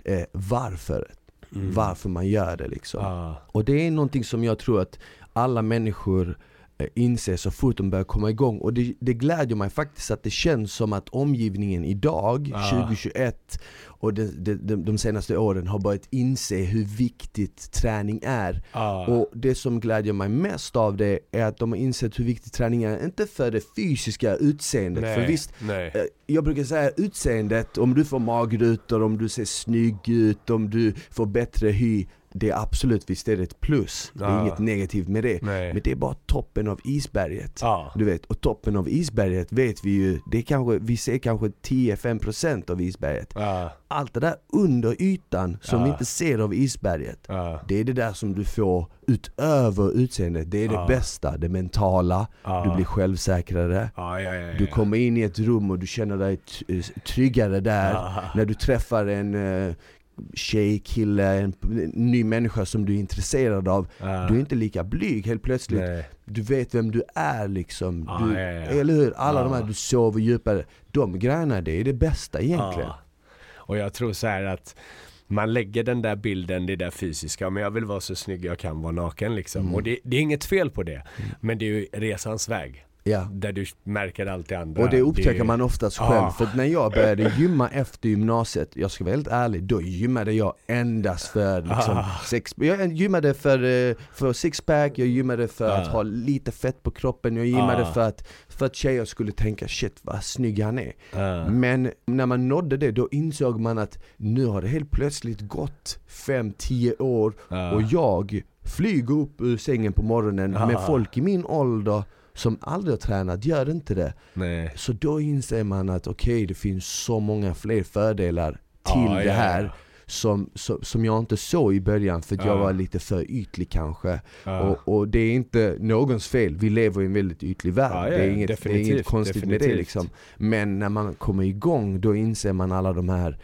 varför man gör det liksom. Och det är någonting som jag tror att alla människor inser så fort de börjar komma igång. Och det glädjer mig faktiskt att det känns som att omgivningen idag, 2021 och de senaste åren, har börjat inse hur viktigt träning är. Och det som glädjer mig mest av det är att de har insett hur viktigt träning är, inte för det fysiska utseendet. För visst, jag brukar säga utseendet, om du får magrutor, om du ser snygg ut, om du får bättre hy, det är absolut, visst är det ett plus. Det är inget negativt med det. Nej. Men det är bara toppen av isberget. Ja. Du vet, och toppen av isberget vet vi ju, det är kanske, vi ser kanske 10-5% av isberget. Ja. Allt det där under ytan som vi inte ser av isberget, det är det där som du får utöver utseendet. Det är det bästa, det mentala. Du blir självsäkrare. Du kommer in i ett rum och du känner dig tryggare där. När du träffar en tjej, kille, en ny människa som du är intresserad av, du är inte lika blyg helt plötsligt. Nej. Du vet vem du är liksom. Eller hur? Alla de här, du sover djupare. De grejerna, det är det bästa egentligen. Och jag tror så här att man lägger den där bilden, det där fysiska, men jag vill vara så snygg jag kan vara naken liksom. Och det är inget fel på det, men det är ju resans väg. Ja. Där du märker allt det andra. Och det upptäcker man oftast själv. För när jag började gymma efter gymnasiet, jag ska vara helt ärlig, då gymmade jag endast för liksom, jag gymmade för sixpack, jag gymmade för att ha lite fett på kroppen, jag gymmade för att tjejer skulle tänka, shit vad snygg han är. Men när man nådde det, då insåg man att nu har det helt plötsligt gått 5-10 år och jag flyger upp ur sängen på morgonen med folk i min ålder som aldrig har tränat, gör inte det. Nej. Så då inser man att okej, det finns så många fler fördelar till det här som jag inte såg i början, för att jag var lite för ytlig kanske. Och det är inte någons fel. Vi lever i en väldigt ytlig värld. Det är inget konstigt med det liksom. Men när man kommer igång, då inser man alla de här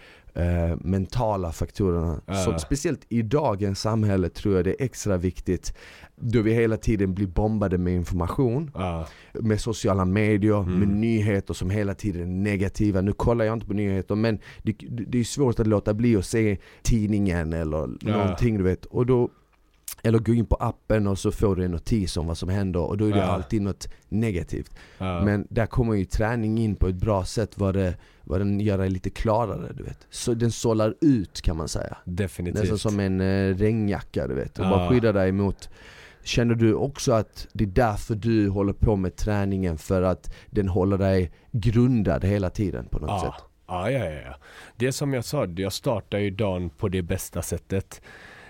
mentala faktorerna som speciellt i dagens samhälle tror jag det är extra viktigt, då vi hela tiden blir bombade med information, med sociala medier, med nyheter som hela tiden är negativa. Nu kollar jag inte på nyheter, men det är svårt att låta bli att se tidningen eller någonting, du vet, och då, eller gå in på appen och så får du en notis om vad som händer, och då är det alltid något negativt. Men där kommer ju träning in på ett bra sätt, vad den gör dig lite klarare, du vet. Så den sållar ut, kan man säga. Definitivt. Nästan som en regnjacka, du vet. Och bara skyddar dig emot. Känner du också att det är därför du håller på med träningen, för att den håller dig grundad hela tiden på något sätt? Ja. Det är som jag sa, jag startar ju dagen på det bästa sättt.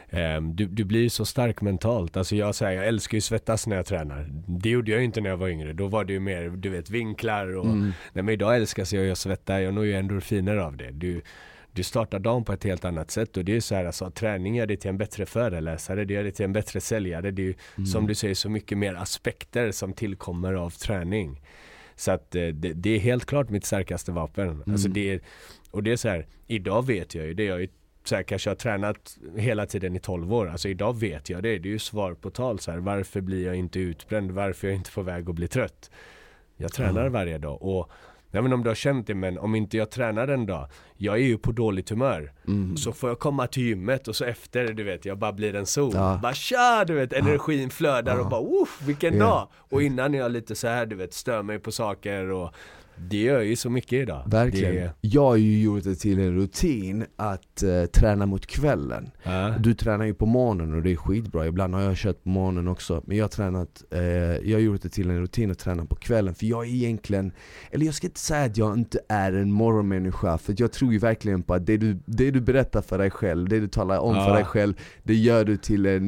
Du blir så stark mentalt. Alltså jag älskar ju svettas när jag tränar. Det gjorde jag ju inte när jag var yngre. Då var det ju mer, du vet, vinklar och nej, men idag älskar jag svettar. Jag når ju endorfiner av det. Du startar dagen på ett helt annat sätt, och det är så här, alltså, träning gör det till en bättre föreläsare, det gör det till en bättre säljare. Det är ju, som du säger, så mycket mer aspekter som tillkommer av träning. Så att det är helt klart mitt starkaste vapen. Alltså det är så här, idag vet jag ju det, jag är så här, kanske har tränat hela tiden i 12 år. Alltså idag vet jag det. Det är ju svar på tal så här, varför blir jag inte utbränd? Varför är jag inte på väg att bli trött? Jag tränar varje dag, och jag vet inte om du har känt det, men om inte jag tränar en dag, jag är ju på dåligt humör. Så får jag komma till gymmet, och så efter, du vet, jag bara blir en sol. Bara tja, du vet, energin flödar och bara, vilken dag! Och innan jag lite så här, du vet, stör mig på saker, och det gör ju så mycket idag. Verkligen. Jag har ju gjort det till en rutin att träna mot kvällen. Du tränar ju på morgonen, och det är skitbra. Ibland har jag kört på morgonen också. Men jag har gjort det till en rutin att träna på kvällen. För jag är egentligen, eller jag ska inte säga att jag inte är en morgonmänniska. För jag tror ju verkligen på att det du berättar för dig själv, det du talar om för dig själv, det gör du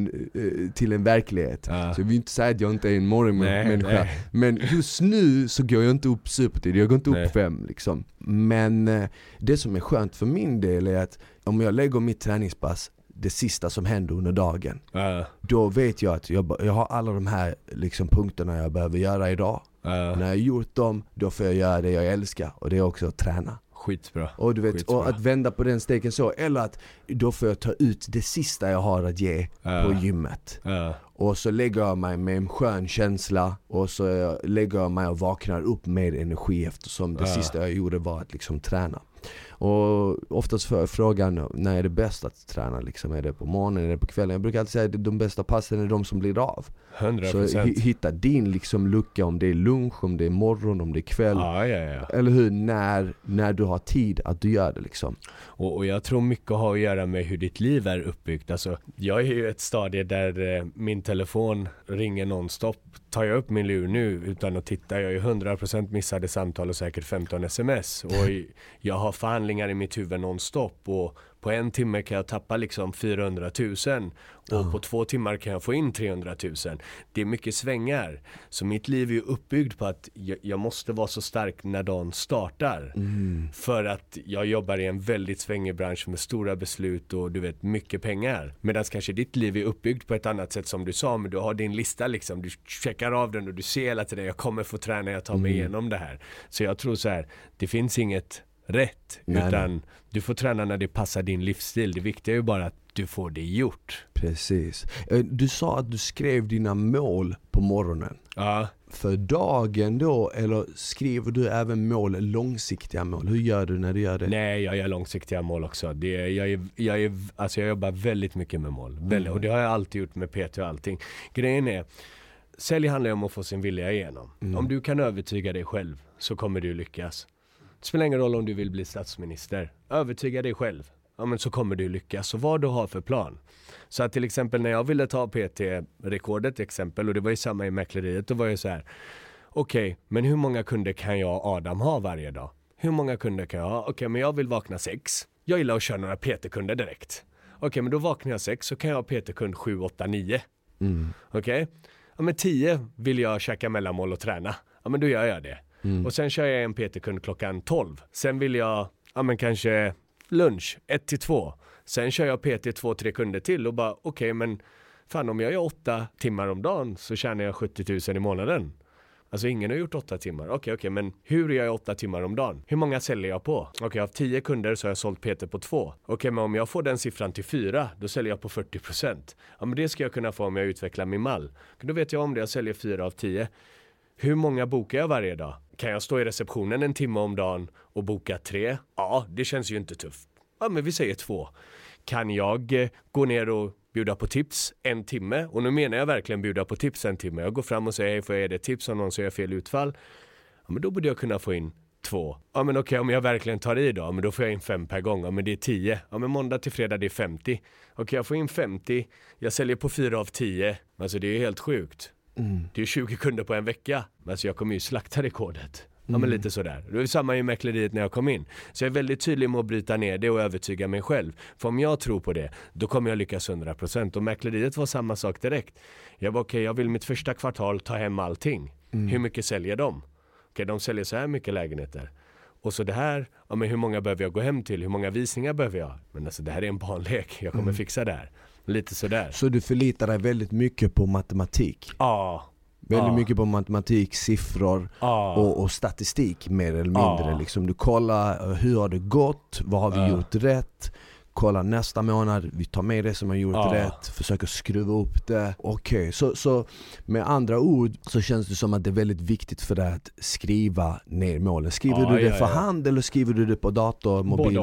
till en verklighet. Så jag vill inte säga att jag inte är en morgonmänniska. Nej. Men just nu så går jag inte upp supertid. Jag går inte upp 5 liksom. Men det som är skönt för min del är att om jag lägger mitt träningspass, det sista som händer under dagen, då vet jag att jag har alla de här liksom punkterna jag behöver göra idag. När jag har gjort dem, då får jag göra det jag älskar, och det är också att träna. Skitbra. Och du vet, och att vända på den steken så, eller att då får jag ta ut det sista jag har att ge på gymmet. Och så lägger jag mig med en skön känsla, och så lägger jag mig och vaknar upp med energi, eftersom det sista jag gjorde var att liksom träna. Och oftast får jag frågan, när är det bäst att träna? Liksom, är det på morgonen, är det på kvällen? Jag brukar alltid säga att de bästa passen är de som blir av. 100%. Så hitta din liksom lucka, om det är lunch, om det är morgon, om det är kväll. Eller hur? När du har tid att du gör det liksom. Och jag tror mycket har att göra med hur ditt liv är uppbyggt. Alltså, jag är ju ett stadie där min telefon ringer nonstop. Tar jag upp min lur nu utan att titta, jag är 100% missade samtal och säkert 15 sms. Och jag har förhandlingar i mitt huvud nonstop, och på en timme kan jag tappa liksom 400 000 och på 2 timmar kan jag få in 300 000. Det är mycket svängar. Så mitt liv är ju uppbyggt på att jag måste vara så stark när dagen startar. För att jag jobbar i en väldigt svängig bransch med stora beslut och du vet mycket pengar. Medan kanske ditt liv är uppbyggt på ett annat sätt som du sa, men du har din lista liksom, du checkar av den och du ser hela tiden, jag kommer få träna, jag tar mig igenom det här. Så jag tror så här, det finns inget rätt, utan du får träna när det passar din livsstil. Det viktiga är ju bara att du får det gjort. Precis. Du sa att du skrev dina mål på morgonen. Ja. För dagen då, eller skriver du även mål, långsiktiga mål? Hur gör du när du gör det? Nej, jag gör långsiktiga mål också. Jag jobbar väldigt mycket med mål. Och det har jag alltid gjort med PT och allting. Grejen är, sälj handlar om att få sin vilja igenom. Om du kan övertyga dig själv så kommer du lyckas. Det spelar ingen roll om du vill bli statsminister. Övertyga dig själv. Ja, men så kommer du lyckas. Så vad du har för plan. Så att till exempel när jag ville ta PT-rekordet exempel, och det var ju samma i mäkleriet, då var jag så här: okej, men hur många kunder kan jag och Adam ha varje dag? Hur många kunder kan jag ha? Okej, men jag vill vakna 6. Jag gillar att köra några PT-kunder direkt. Okej, men då vaknar jag 6 så kan jag ha PT-kund 7, 8, 9. Okej? Ja, men 10 vill jag käka mellanmål och träna. Ja, men då gör jag det. Och sen kör jag en PT-kund klockan 12. Sen vill jag, ja men kanske lunch 1-2. Sen kör jag PT 2-3 kunder till och bara okej, men fan, om jag gör 8 timmar om dagen så tjänar jag 70 000 i månaden. Alltså ingen har gjort 8 timmar. Okej, men hur gör jag 8 timmar om dagen? Hur många säljer jag på? Okej, jag har 10 kunder så har jag sålt PT på 2. Okej, men om jag får den siffran till 4, då säljer jag på 40%. Ja, men det ska jag kunna få om jag utvecklar min mall. Då vet jag om det, jag säljer 4 av 10. Hur många bokar jag varje dag? Kan jag stå i receptionen en timme om dagen och boka 3? Ja, det känns ju inte tufft. Ja, men vi säger 2. Kan jag gå ner och bjuda på tips en timme? Och nu menar jag verkligen bjuda på tips en timme. Jag går fram och säger, hej, får jag ge dig tips om någon så jag fel utfall? Ja, men då borde jag kunna få in 2. Ja, men okej, om jag verkligen tar i då, men då får jag in 5 per gång. Ja, men det är 10. Ja, men måndag till fredag det är 50. Okej, jag får in 50. Jag säljer på 4 av 10. Alltså det är helt sjukt. Det är 20 kunder på en vecka. Alltså jag kommer ju slakta rekordet. Ja, men lite sådär. Det var samma i mäkleriet när jag kom in. Så jag är väldigt tydlig med att bryta ner det och övertyga mig själv. För om jag tror på det, då kommer jag lyckas 100%. Och mäkleriet var samma sak direkt. Jag var okej, jag vill mitt första kvartal ta hem allting. Hur mycket säljer de? Okej, de säljer så här mycket lägenheter. Och så det här, ja, men hur många behöver jag gå hem till? Hur många visningar behöver jag? Men alltså det här är en barnlek. Jag kommer fixa det här. Lite sådär. Så du förlitar dig väldigt mycket på matematik? Ja. Väldigt mycket på matematik, siffror och statistik mer eller mindre. Liksom, du kollar hur har det gått, vad har vi gjort rätt, kolla nästa månad, vi tar med det som har gjort rätt, försöker skruva upp det. Okej, så med andra ord så känns det som att det är väldigt viktigt för dig att skriva ner målen. Skriver du det för hand eller skriver du det på dator, mobil?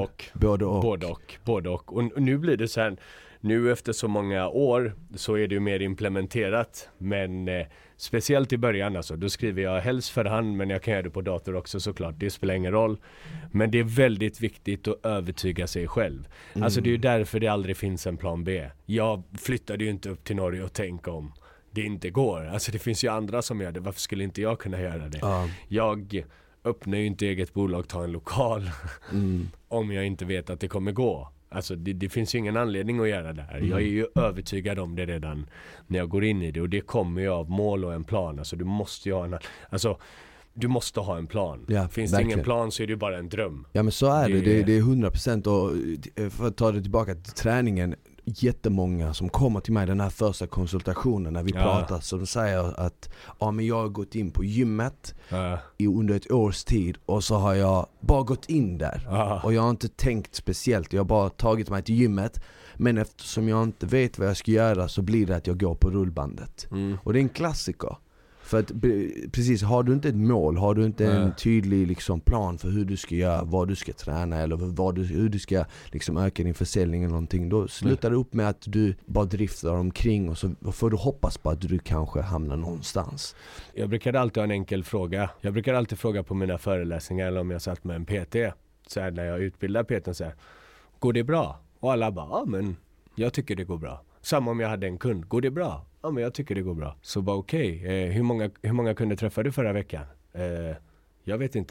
Både och. Och nu blir det så här, nu efter så många år så är det ju mer implementerat, men speciellt i början alltså, då skriver jag helst för hand, men jag kan göra det på dator också såklart, det spelar ingen roll. Men det är väldigt viktigt att övertyga sig själv. Alltså det är ju därför det aldrig finns en plan B. Jag flyttade ju inte upp till Norge och tänka om det inte går. Alltså det finns ju andra som gör det, varför skulle inte jag kunna göra det? Jag öppnar ju inte eget bolag, tar en lokal om jag inte vet att det kommer gå. Alltså det finns ju ingen anledning att göra det här. Jag är ju övertygad om det redan när jag går in i det. Och det kommer ju av mål och en plan. Alltså du måste ju ha en plan. Ja, finns verkligen. det ingen plan så är det ju bara en dröm. Ja, men så är det är 100%. Och för att ta det tillbaka till träningen, jättemånga som kommer till mig den här första konsultationen när vi pratar, så de säger att men jag har gått in på gymmet under ett års tid och så har jag bara gått in där och jag har inte tänkt speciellt, jag har bara tagit mig till gymmet, men eftersom jag inte vet vad jag ska göra så blir det att jag går på rullbandet. Och det är en klassiker. För att precis, har du inte ett mål, har du inte en tydlig liksom plan för hur du ska göra, vad du ska träna eller hur du ska liksom öka din försäljning eller någonting, då slutar det upp med att du bara driftar omkring och så får du hoppas på att du kanske hamnar någonstans. Jag brukar alltid ha en enkel fråga. Jag brukar alltid fråga på mina föreläsningar eller om jag satt med en PT, så här när jag utbildar PT, så här, går det bra? Och alla bara, men jag tycker det går bra. Samma om jag hade en kund, går det bra? Ja, men jag tycker det går bra. Så bara okej, hur många kunder träffade du förra veckan? Jag vet inte.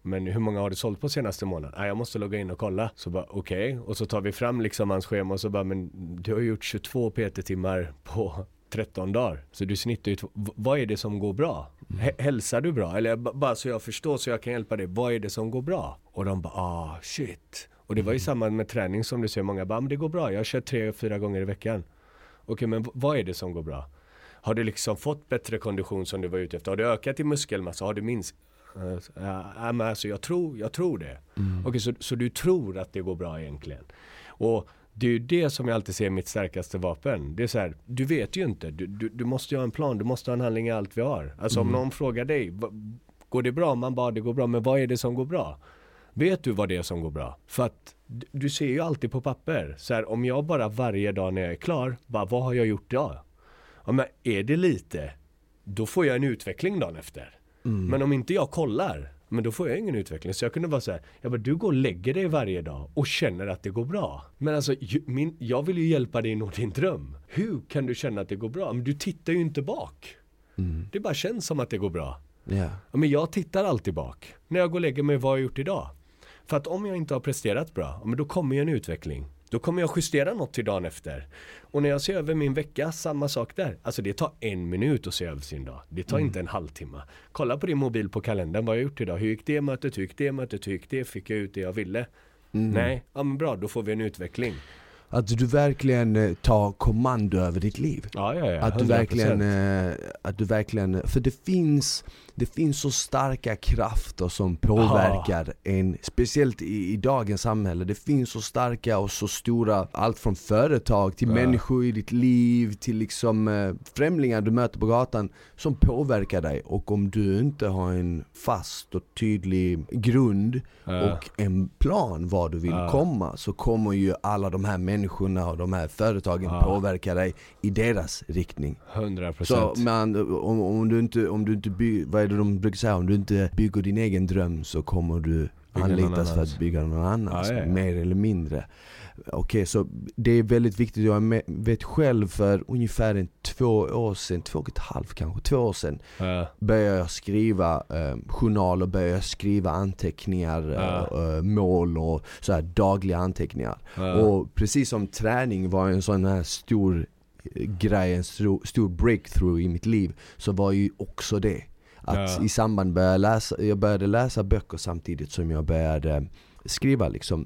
Men hur många har du sålt på senaste månaden? Jag måste logga in och kolla. Så bara okej. Och så tar vi fram liksom hans schema och så bara, men du har gjort 22 PT-timmar på 13 dagar. Så du snittar ju, vad är det som går bra? Hälsar du bra? Eller bara så jag förstår så jag kan hjälpa dig. Vad är det som går bra? Och de bara, shit. Och det var ju samma med träning som du säger. Många bara, men det går bra. Jag kör 3-4 gånger i veckan. Okej, men vad är det som går bra? Har du liksom fått bättre kondition som du var ute efter? Har du ökat i muskelmassa? Har du minskat? Men alltså jag tror det. Okej, så du tror att det går bra egentligen. Och det är ju det som jag alltid ser mitt starkaste vapen. Det är så här, du vet ju inte. Du måste ju ha en plan, du måste ha en handling i allt vi har. Alltså om någon frågar dig, går det bra? Man bara, det går bra. Men vad är det som går bra? Vet du vad det är som går bra? För att du ser ju alltid på papper. Så här, om jag bara varje dag när jag är klar, bara, vad har jag gjort idag? Ja, men är det lite, då får jag en utveckling dagen efter. Men om inte jag kollar, men då får jag ingen utveckling. Så jag kunde vara så här, du går och lägger dig varje dag och känner att det går bra. Men alltså, jag vill ju hjälpa dig nå din dröm. Hur kan du känna att det går bra? Men du tittar ju inte bak. Det bara känns som att det går bra. Yeah. Ja, men jag tittar alltid bak. När jag går och lägger mig, vad har jag gjort idag? För att om jag inte har presterat bra, men då kommer ju en utveckling. Då kommer jag justera något till dagen efter. Och när jag ser över min vecka, samma sak där. Alltså det tar 1 minut att se över sin dag. Det tar inte en halvtimme. Kolla på din mobil på kalendern, vad har jag gjort idag? Hur gick det mötet? Hur gick det mötet? Hur gick det? Fick jag ut det jag ville? Nej, ja men bra, då får vi en utveckling. Att du verkligen tar kommando över ditt liv. Ja, att du verkligen, för det finns så starka krafter som påverkar en, speciellt i dagens samhälle. Det finns så starka och så stora, allt från företag till människor i ditt liv, till liksom främlingar du möter på gatan som påverkar dig. Och om du inte har en fast och tydlig grund och en plan var du vill komma, så kommer ju alla de här människorna och de här företagen påverka dig i deras riktning. 100%. Så om du inte vad är det de brukar säga, om du inte bygger din egen dröm så kommer du anlitas för att bygga någon annan, mer eller mindre. Okej, så det är väldigt viktigt. Jag vet själv för ungefär 2 år sedan, 2 år sedan började jag skriva journal och började skriva anteckningar, mål och så här dagliga anteckningar. Och precis som träning var en sån här stor grej, en stor breakthrough i mitt liv, så var ju också det att i samband jag började läsa böcker samtidigt som jag började skriva liksom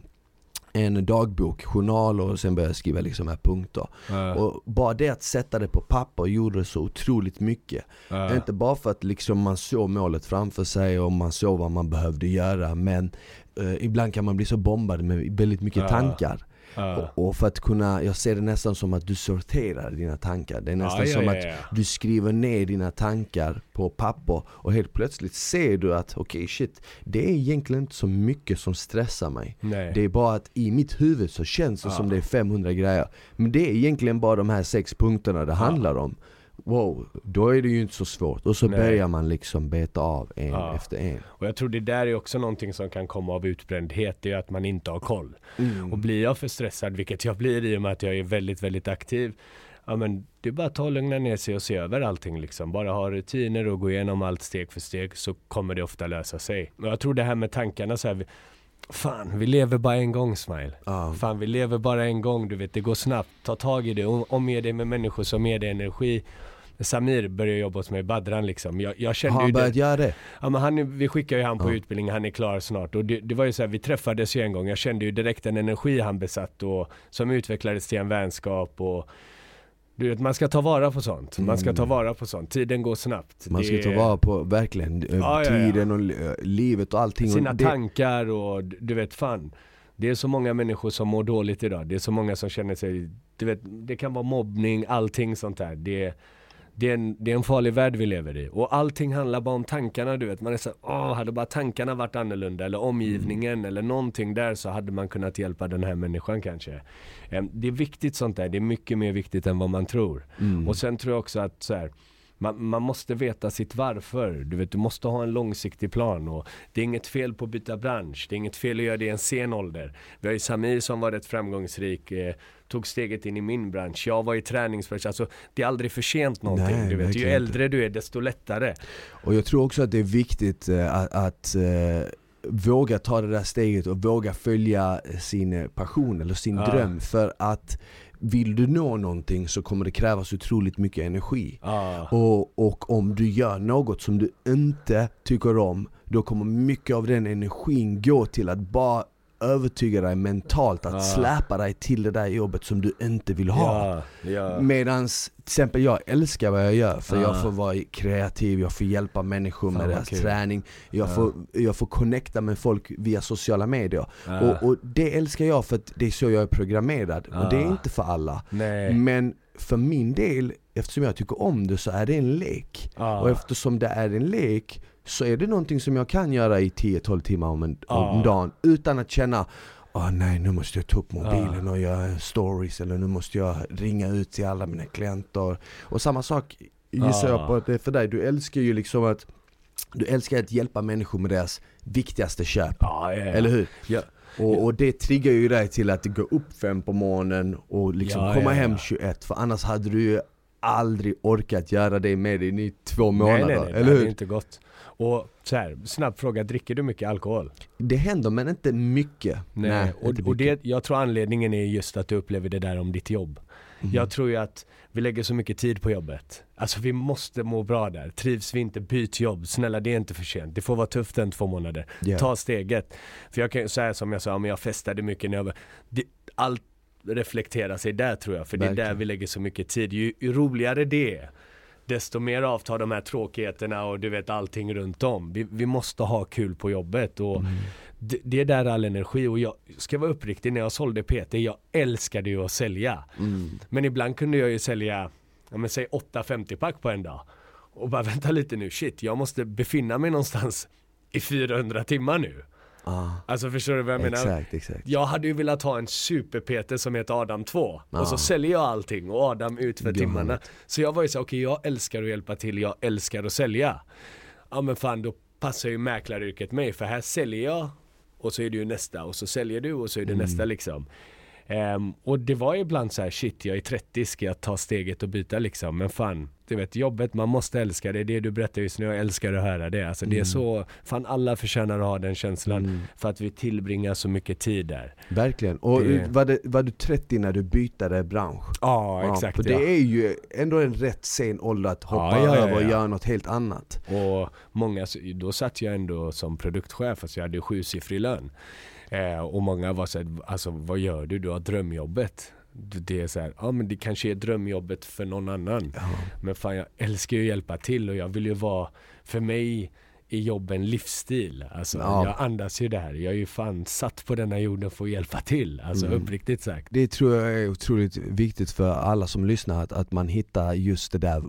en dagbok, journal, och sen började jag skriva liksom här punkter. Och bara det att sätta det på papper gjorde så otroligt mycket. Inte bara för att liksom man såg målet framför sig och man såg vad man behövde göra, men ibland kan man bli så bombad med väldigt mycket tankar. Och för att kunna, jag ser det nästan som att du sorterar dina tankar. Det är nästan som att du skriver ner dina tankar på papper och helt plötsligt ser du att okej, shit, det är egentligen inte så mycket som stressar mig. Nej. Det är bara att i mitt huvud så känns det som det är 500 grejer. Men det är egentligen bara de här 6 punkterna det handlar om. Wow, då är det ju inte så svårt. Och så börjar man liksom beta av en efter en. Och jag tror det där är också någonting som kan komma av utbrändhet. Det är att man inte har koll. Och blir jag för stressad, vilket jag blir i och med att jag är väldigt, väldigt aktiv. Ja, men det är bara att ta och lugna ner sig och se över allting liksom. Bara ha rutiner och gå igenom allt steg för steg, så kommer det ofta lösa sig. Och jag tror det här med tankarna så här, fan, vi lever bara en gång, Smile. Fan, vi lever bara en gång, du vet, det går snabbt. Ta tag i det, omge dig med människor som ger dig energi. Samir började jobba hos mig i Badran liksom. Jag kände har han börjat göra det? Ja, men vi skickar ju han på utbildning, han är klar snart. Och det var ju så här, vi träffades ju en gång. Jag kände ju direkt en energi han besatt och som utvecklades till en vänskap. Och du vet, man ska ta vara på sånt. Man ska ta vara på sånt. Tiden går snabbt. Man ska ta vara på verkligen tiden och livet och allting. Sina tankar och du vet, fan. Det är så många människor som mår dåligt idag. Det är så många som känner sig, du vet, det kan vara mobbning, allting sånt där. Det är en farlig värld vi lever i. Och allting handlar bara om tankarna, du vet. Man är så hade bara tankarna varit annorlunda, eller omgivningen eller någonting där, så hade man kunnat hjälpa den här människan kanske. Det är viktigt sånt där. Det är mycket mer viktigt än vad man tror. Och sen tror jag också att så här, man måste veta sitt varför. Du vet, du måste ha en långsiktig plan. Och det är inget fel på att byta bransch. Det är inget fel att göra det i en sen ålder. Vi har ju Samir som var rätt framgångsrik, tog steget in i min bransch. Jag var i träningsbransch. Alltså, det är aldrig för sent någonting. Nej, du vet, ju äldre du är, desto lättare. Och jag tror också att det är viktigt att våga ta det där steget och våga följa sin passion eller sin dröm. För att vill du nå någonting så kommer det krävas otroligt mycket energi. Och om du gör något som du inte tycker om, då kommer mycket av den energin gå till att bara övertyga dig mentalt att släpa dig till det där jobbet som du inte vill ha. Medans till exempel jag älskar vad jag gör, för jag får vara kreativ, jag får hjälpa människor med deras träning, jag får connecta med folk via sociala medier. Och det älskar jag för att det är så jag är programmerad. Och det är inte för alla. Men för min del, eftersom jag tycker om det, så är det en lek. Och eftersom det är en lek så är det någonting som jag kan göra i 10-12 timmar om dagen utan att känna nej, nu måste jag ta upp mobilen och göra stories, eller nu måste jag ringa ut till alla mina klienter. Och samma sak gissar jag på att det är för dig. Du älskar ju liksom att hjälpa människor med deras viktigaste köp. Eller hur? Och det triggar ju dig till att gå upp 5 på morgonen och liksom komma hem 21, för annars hade du ju aldrig orkat göra det med dig i 2 månader. Nej, eller hur? Det är inte gott. Och så här, snabb fråga, dricker du mycket alkohol? Det händer, men inte mycket. Nej, och det, jag tror anledningen är just att du upplever det där om ditt jobb. Jag tror ju att vi lägger så mycket tid på jobbet. Alltså vi måste må bra där. Trivs vi inte, byt jobb. Snälla, det är inte för sent. Det får vara tufft en 2 månader. Ta steget. För jag kan säga som jag sa, men jag festade mycket när allt reflekterar sig där, tror jag. För det är där vi lägger så mycket tid. Ju roligare det är, desto mer avtar de här tråkigheterna och du vet allting runt om. Vi måste ha kul på jobbet och det är där all energi. Och jag ska vara uppriktig, när jag sålde PT, jag älskade ju att sälja. Men ibland kunde jag ju sälja, säg 8 50-pack på en dag. Och bara vänta lite nu, shit, jag måste befinna mig någonstans i 400 timmar nu. Alltså förstår du vad jag menar? Exakt. Jag hade ju velat ha en super-PT som heter Adam 2. Och så säljer jag allting och Adam ut för timmarna. Så jag var ju så, okej, jag älskar att hjälpa till, jag älskar att sälja. Ja men fan, då passar ju mäklaryrket mig, för här säljer jag och så är det ju nästa, och så säljer du och så är det nästa liksom. Och det var ibland så här, shit, jag är 30, ska jag ta steget och byta liksom? Men fan, du vet, jobbet, man måste älska det. Det du berättar just nu, jag älskar att höra det. Alltså det är så, fan, alla förtjänar att ha den känslan för att vi tillbringar så mycket tid där. Verkligen. Och var du 30 när du bytte bransch? Exakt. För det är ju ändå en rätt sen ålder att hoppa över och göra något helt annat. Och många, då satt jag ändå som produktchef, alltså jag hade 7-siffrig lön. Och många var så här, alltså vad gör du? Du har drömjobbet. Det är så här, men det kanske är drömjobbet för någon annan. Men fan, jag älskar ju att hjälpa till och jag vill ju vara, för mig är jobben livsstil. Alltså jag andas ju det här. Jag är ju fan satt på denna jorden för att hjälpa till. Alltså uppriktigt sagt. Det tror jag är otroligt viktigt för alla som lyssnar, att man hittar just det där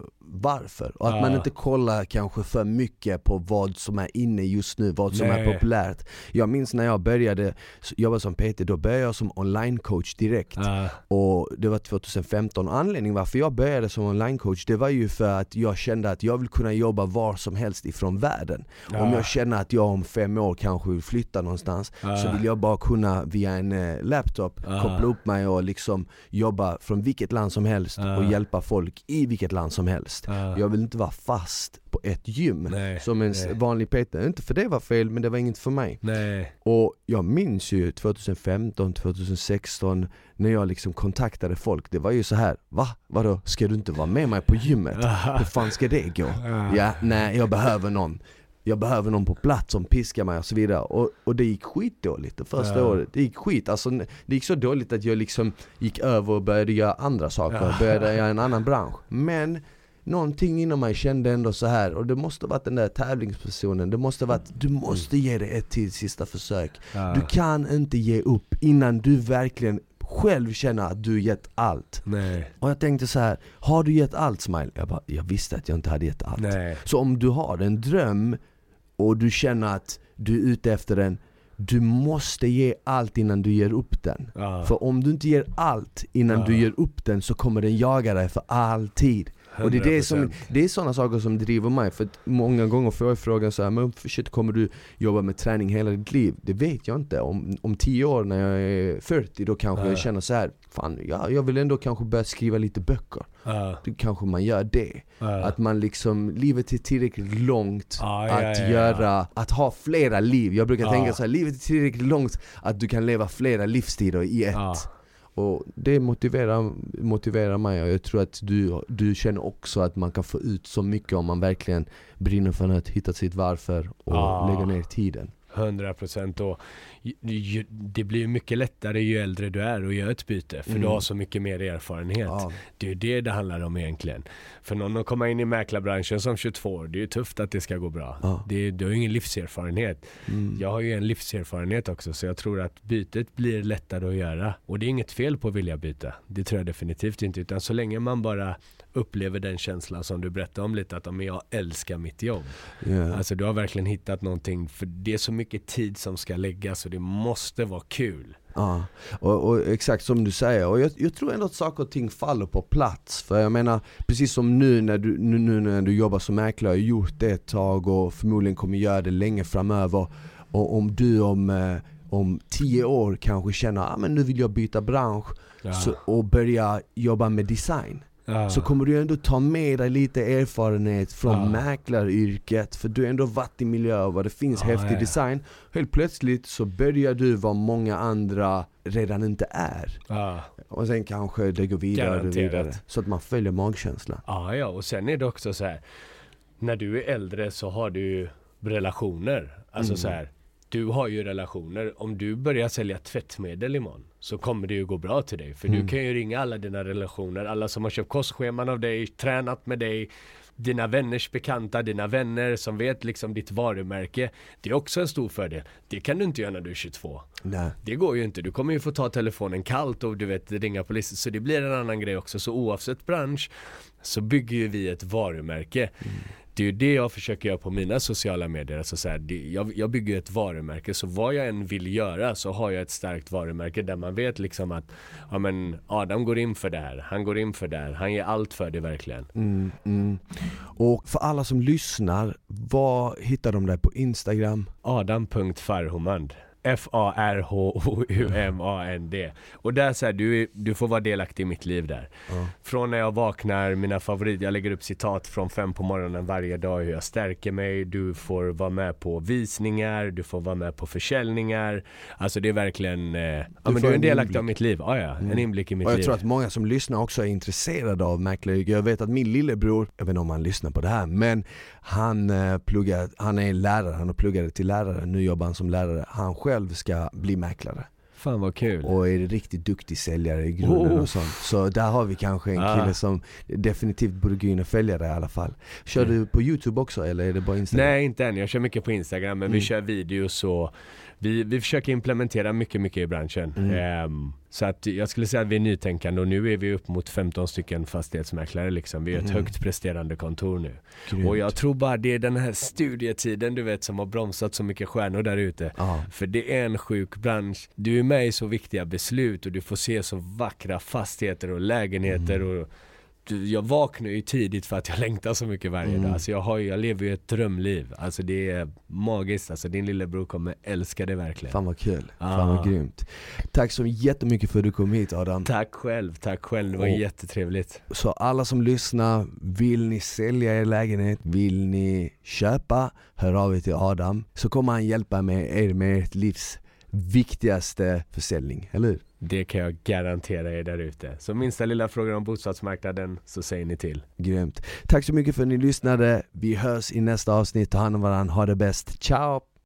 varför. Och att man inte kollar kanske för mycket på vad som är inne just nu, vad som är populärt. Jag minns när jag började jobba som PT, då började jag som online-coach direkt. Och det var 2015. Och anledningen varför jag började som online-coach, det var ju för att jag kände att jag vill kunna jobba var som helst ifrån världen. Om jag känner att jag om 5 år kanske vill flytta någonstans, så vill jag bara kunna via en laptop koppla upp mig och liksom jobba från vilket land som helst och hjälpa folk i vilket land som helst. Jag vill inte vara fast på ett gym som en vanlig PT. Inte för det var fel, men det var inget för mig. Och jag minns ju 2015, 2016 när jag liksom kontaktade folk. Det var ju så här, vadå? Ska du inte vara med mig på gymmet? Hur fan ska det gå? Nej, jag behöver någon på plats som piskar mig och så vidare. Och det gick skitdåligt det första året. Det gick skit. Alltså, det gick så dåligt att jag liksom gick över och började göra andra saker. Började göra en annan bransch. Men någonting inom mig kände ändå så här, och det måste varit den där tävlingspersonen. Det måste varit, du måste ge det ett till sista försök. Du kan inte ge upp innan du verkligen själv känner att du gett allt. Och jag tänkte så här, har du gett allt, Smile? Jag visste att jag inte hade gett allt. Så om du har en dröm och du känner att du är ute efter den, du måste ge allt innan du ger upp den. För om du inte ger allt innan du ger upp den, så kommer den jaga dig för alltid. Och det är sådana saker som driver mig. För att många gånger får jag frågan så här, men shit, kommer du jobba med träning hela ditt liv? Det vet jag inte. Om 10 år när jag är 40, då kanske jag känner så här, fan, jag vill ändå kanske börja skriva lite böcker. Då kanske man gör det. Att man liksom, livet är tillräckligt långt att ha flera liv. Jag brukar tänka så här, livet är tillräckligt långt att du kan leva flera livstider i ett. Och det motiverar mig, och jag tror att du känner också att man kan få ut så mycket om man verkligen brinner för att hitta sitt varför och lägga ner tiden. 100%. Och det blir mycket lättare ju äldre du är och gör ett byte, för du har så mycket mer erfarenhet. Det är det handlar om egentligen. För någon att komma in i mäklarbranschen som 22 år, det är ju tufft att det ska gå bra. Du har ju ingen livserfarenhet. Jag har ju en livserfarenhet också, så jag tror att bytet blir lättare att göra. Och det är inget fel på att vilja byta. Det tror jag definitivt inte, utan så länge man bara upplever den känslan som du berättade om lite, att jag älskar mitt jobb. Alltså du har verkligen hittat någonting, för det är så mycket tid som ska läggas och det måste vara kul. Ja, och exakt som du säger. Och jag tror ändå att saker och ting faller på plats. För jag menar, precis som nu när du jobbar som mäklare, har gjort det ett tag och förmodligen kommer göra det länge framöver. Och om du om 10 år kanske känner, men nu vill jag byta bransch och börja jobba med design. Så kommer du ändå ta med dig lite erfarenhet från mäklaryrket, för du har ändå varit i miljöer där det finns häftig design. Helt plötsligt så börjar du vad många andra redan inte är. Och sen kanske det går vidare, så att man följer magkänslan. Och sen är det också så här, när du är äldre så har du relationer. Alltså så här, du har ju relationer. Om du börjar sälja tvättmedel imorgon, så kommer det ju gå bra till dig. För du kan ju ringa alla dina relationer, alla som har köpt kostscheman av dig, tränat med dig, dina vänners bekanta, dina vänner som vet liksom ditt varumärke. Det är också en stor fördel. Det kan du inte göra när du är 22. Nej. Det går ju inte. Du kommer ju få ta telefonen kallt och du vet, ringa polisen. Så det blir en annan grej också. Så oavsett bransch så bygger ju vi ett varumärke. Det är ju det jag försöker göra på mina sociala medier. Alltså så här, jag bygger ett varumärke, så vad jag än vill göra så har jag ett starkt varumärke där man vet liksom att Adam går in för det här, han går in för det här, han ger allt för det verkligen. Och för alla som lyssnar, vad hittar de där på Instagram? Adam.Farhumand. Farhumand. Och där så här, du får vara delaktig i mitt liv där. Från när jag vaknar, mina favoriter, jag lägger upp citat från 5 på morgonen varje dag, hur jag stärker mig. Du får vara med på visningar, du får vara med på försäljningar. Alltså det är verkligen du är en delaktig av mitt liv. En inblick i mitt liv. Och jag tror att många som lyssnar också är intresserade av mäklaryrket. Jag vet att min lillebror, jag vet inte om han lyssnar på det här, men han är lärare, han har pluggat till lärare, nu jobbar han som lärare. Han själv ska bli mäklare. Fan vad kul. Och är riktigt duktig säljare i grunden och sånt. Så där har vi kanske en kille som definitivt borde gå in och följa det i alla fall. Kör du på YouTube också, eller är det bara Instagram? Nej, inte än. Jag kör mycket på Instagram, men vi kör videos och vi försöker implementera mycket i branschen. Så att jag skulle säga att vi är nytänkande, och nu är vi upp mot 15 stycken fastighetsmäklare liksom. Vi är ett högt presterande kontor nu. Grymt. Och jag tror bara det är den här studietiden, du vet, som har bromsat så mycket stjärnor där ute. För det är en sjuk bransch. Du är med i så viktiga beslut och du får se så vackra fastigheter och lägenheter och jag vaknar ju tidigt för att jag längtar så mycket varje dag. Alltså jag lever ju ett drömliv. Alltså det är magiskt. Alltså din lillebror kommer älska det verkligen. Fan vad kul. Fan vad grymt. Tack så jättemycket för att du kom hit, Adam. Tack själv. Det var jättetrevligt. Så alla som lyssnar, vill ni sälja er lägenhet, vill ni köpa, hör av er till Adam, så kommer han hjälpa er med ert livs viktigaste försäljning, eller hur? Det kan jag garantera er där ute. Så minsta lilla frågor om bostadsmarknaden, så säger ni till. Grymt. Tack så mycket för att ni lyssnade. Vi hörs i nästa avsnitt. Ta hand om varandra. Ha det bäst. Ciao!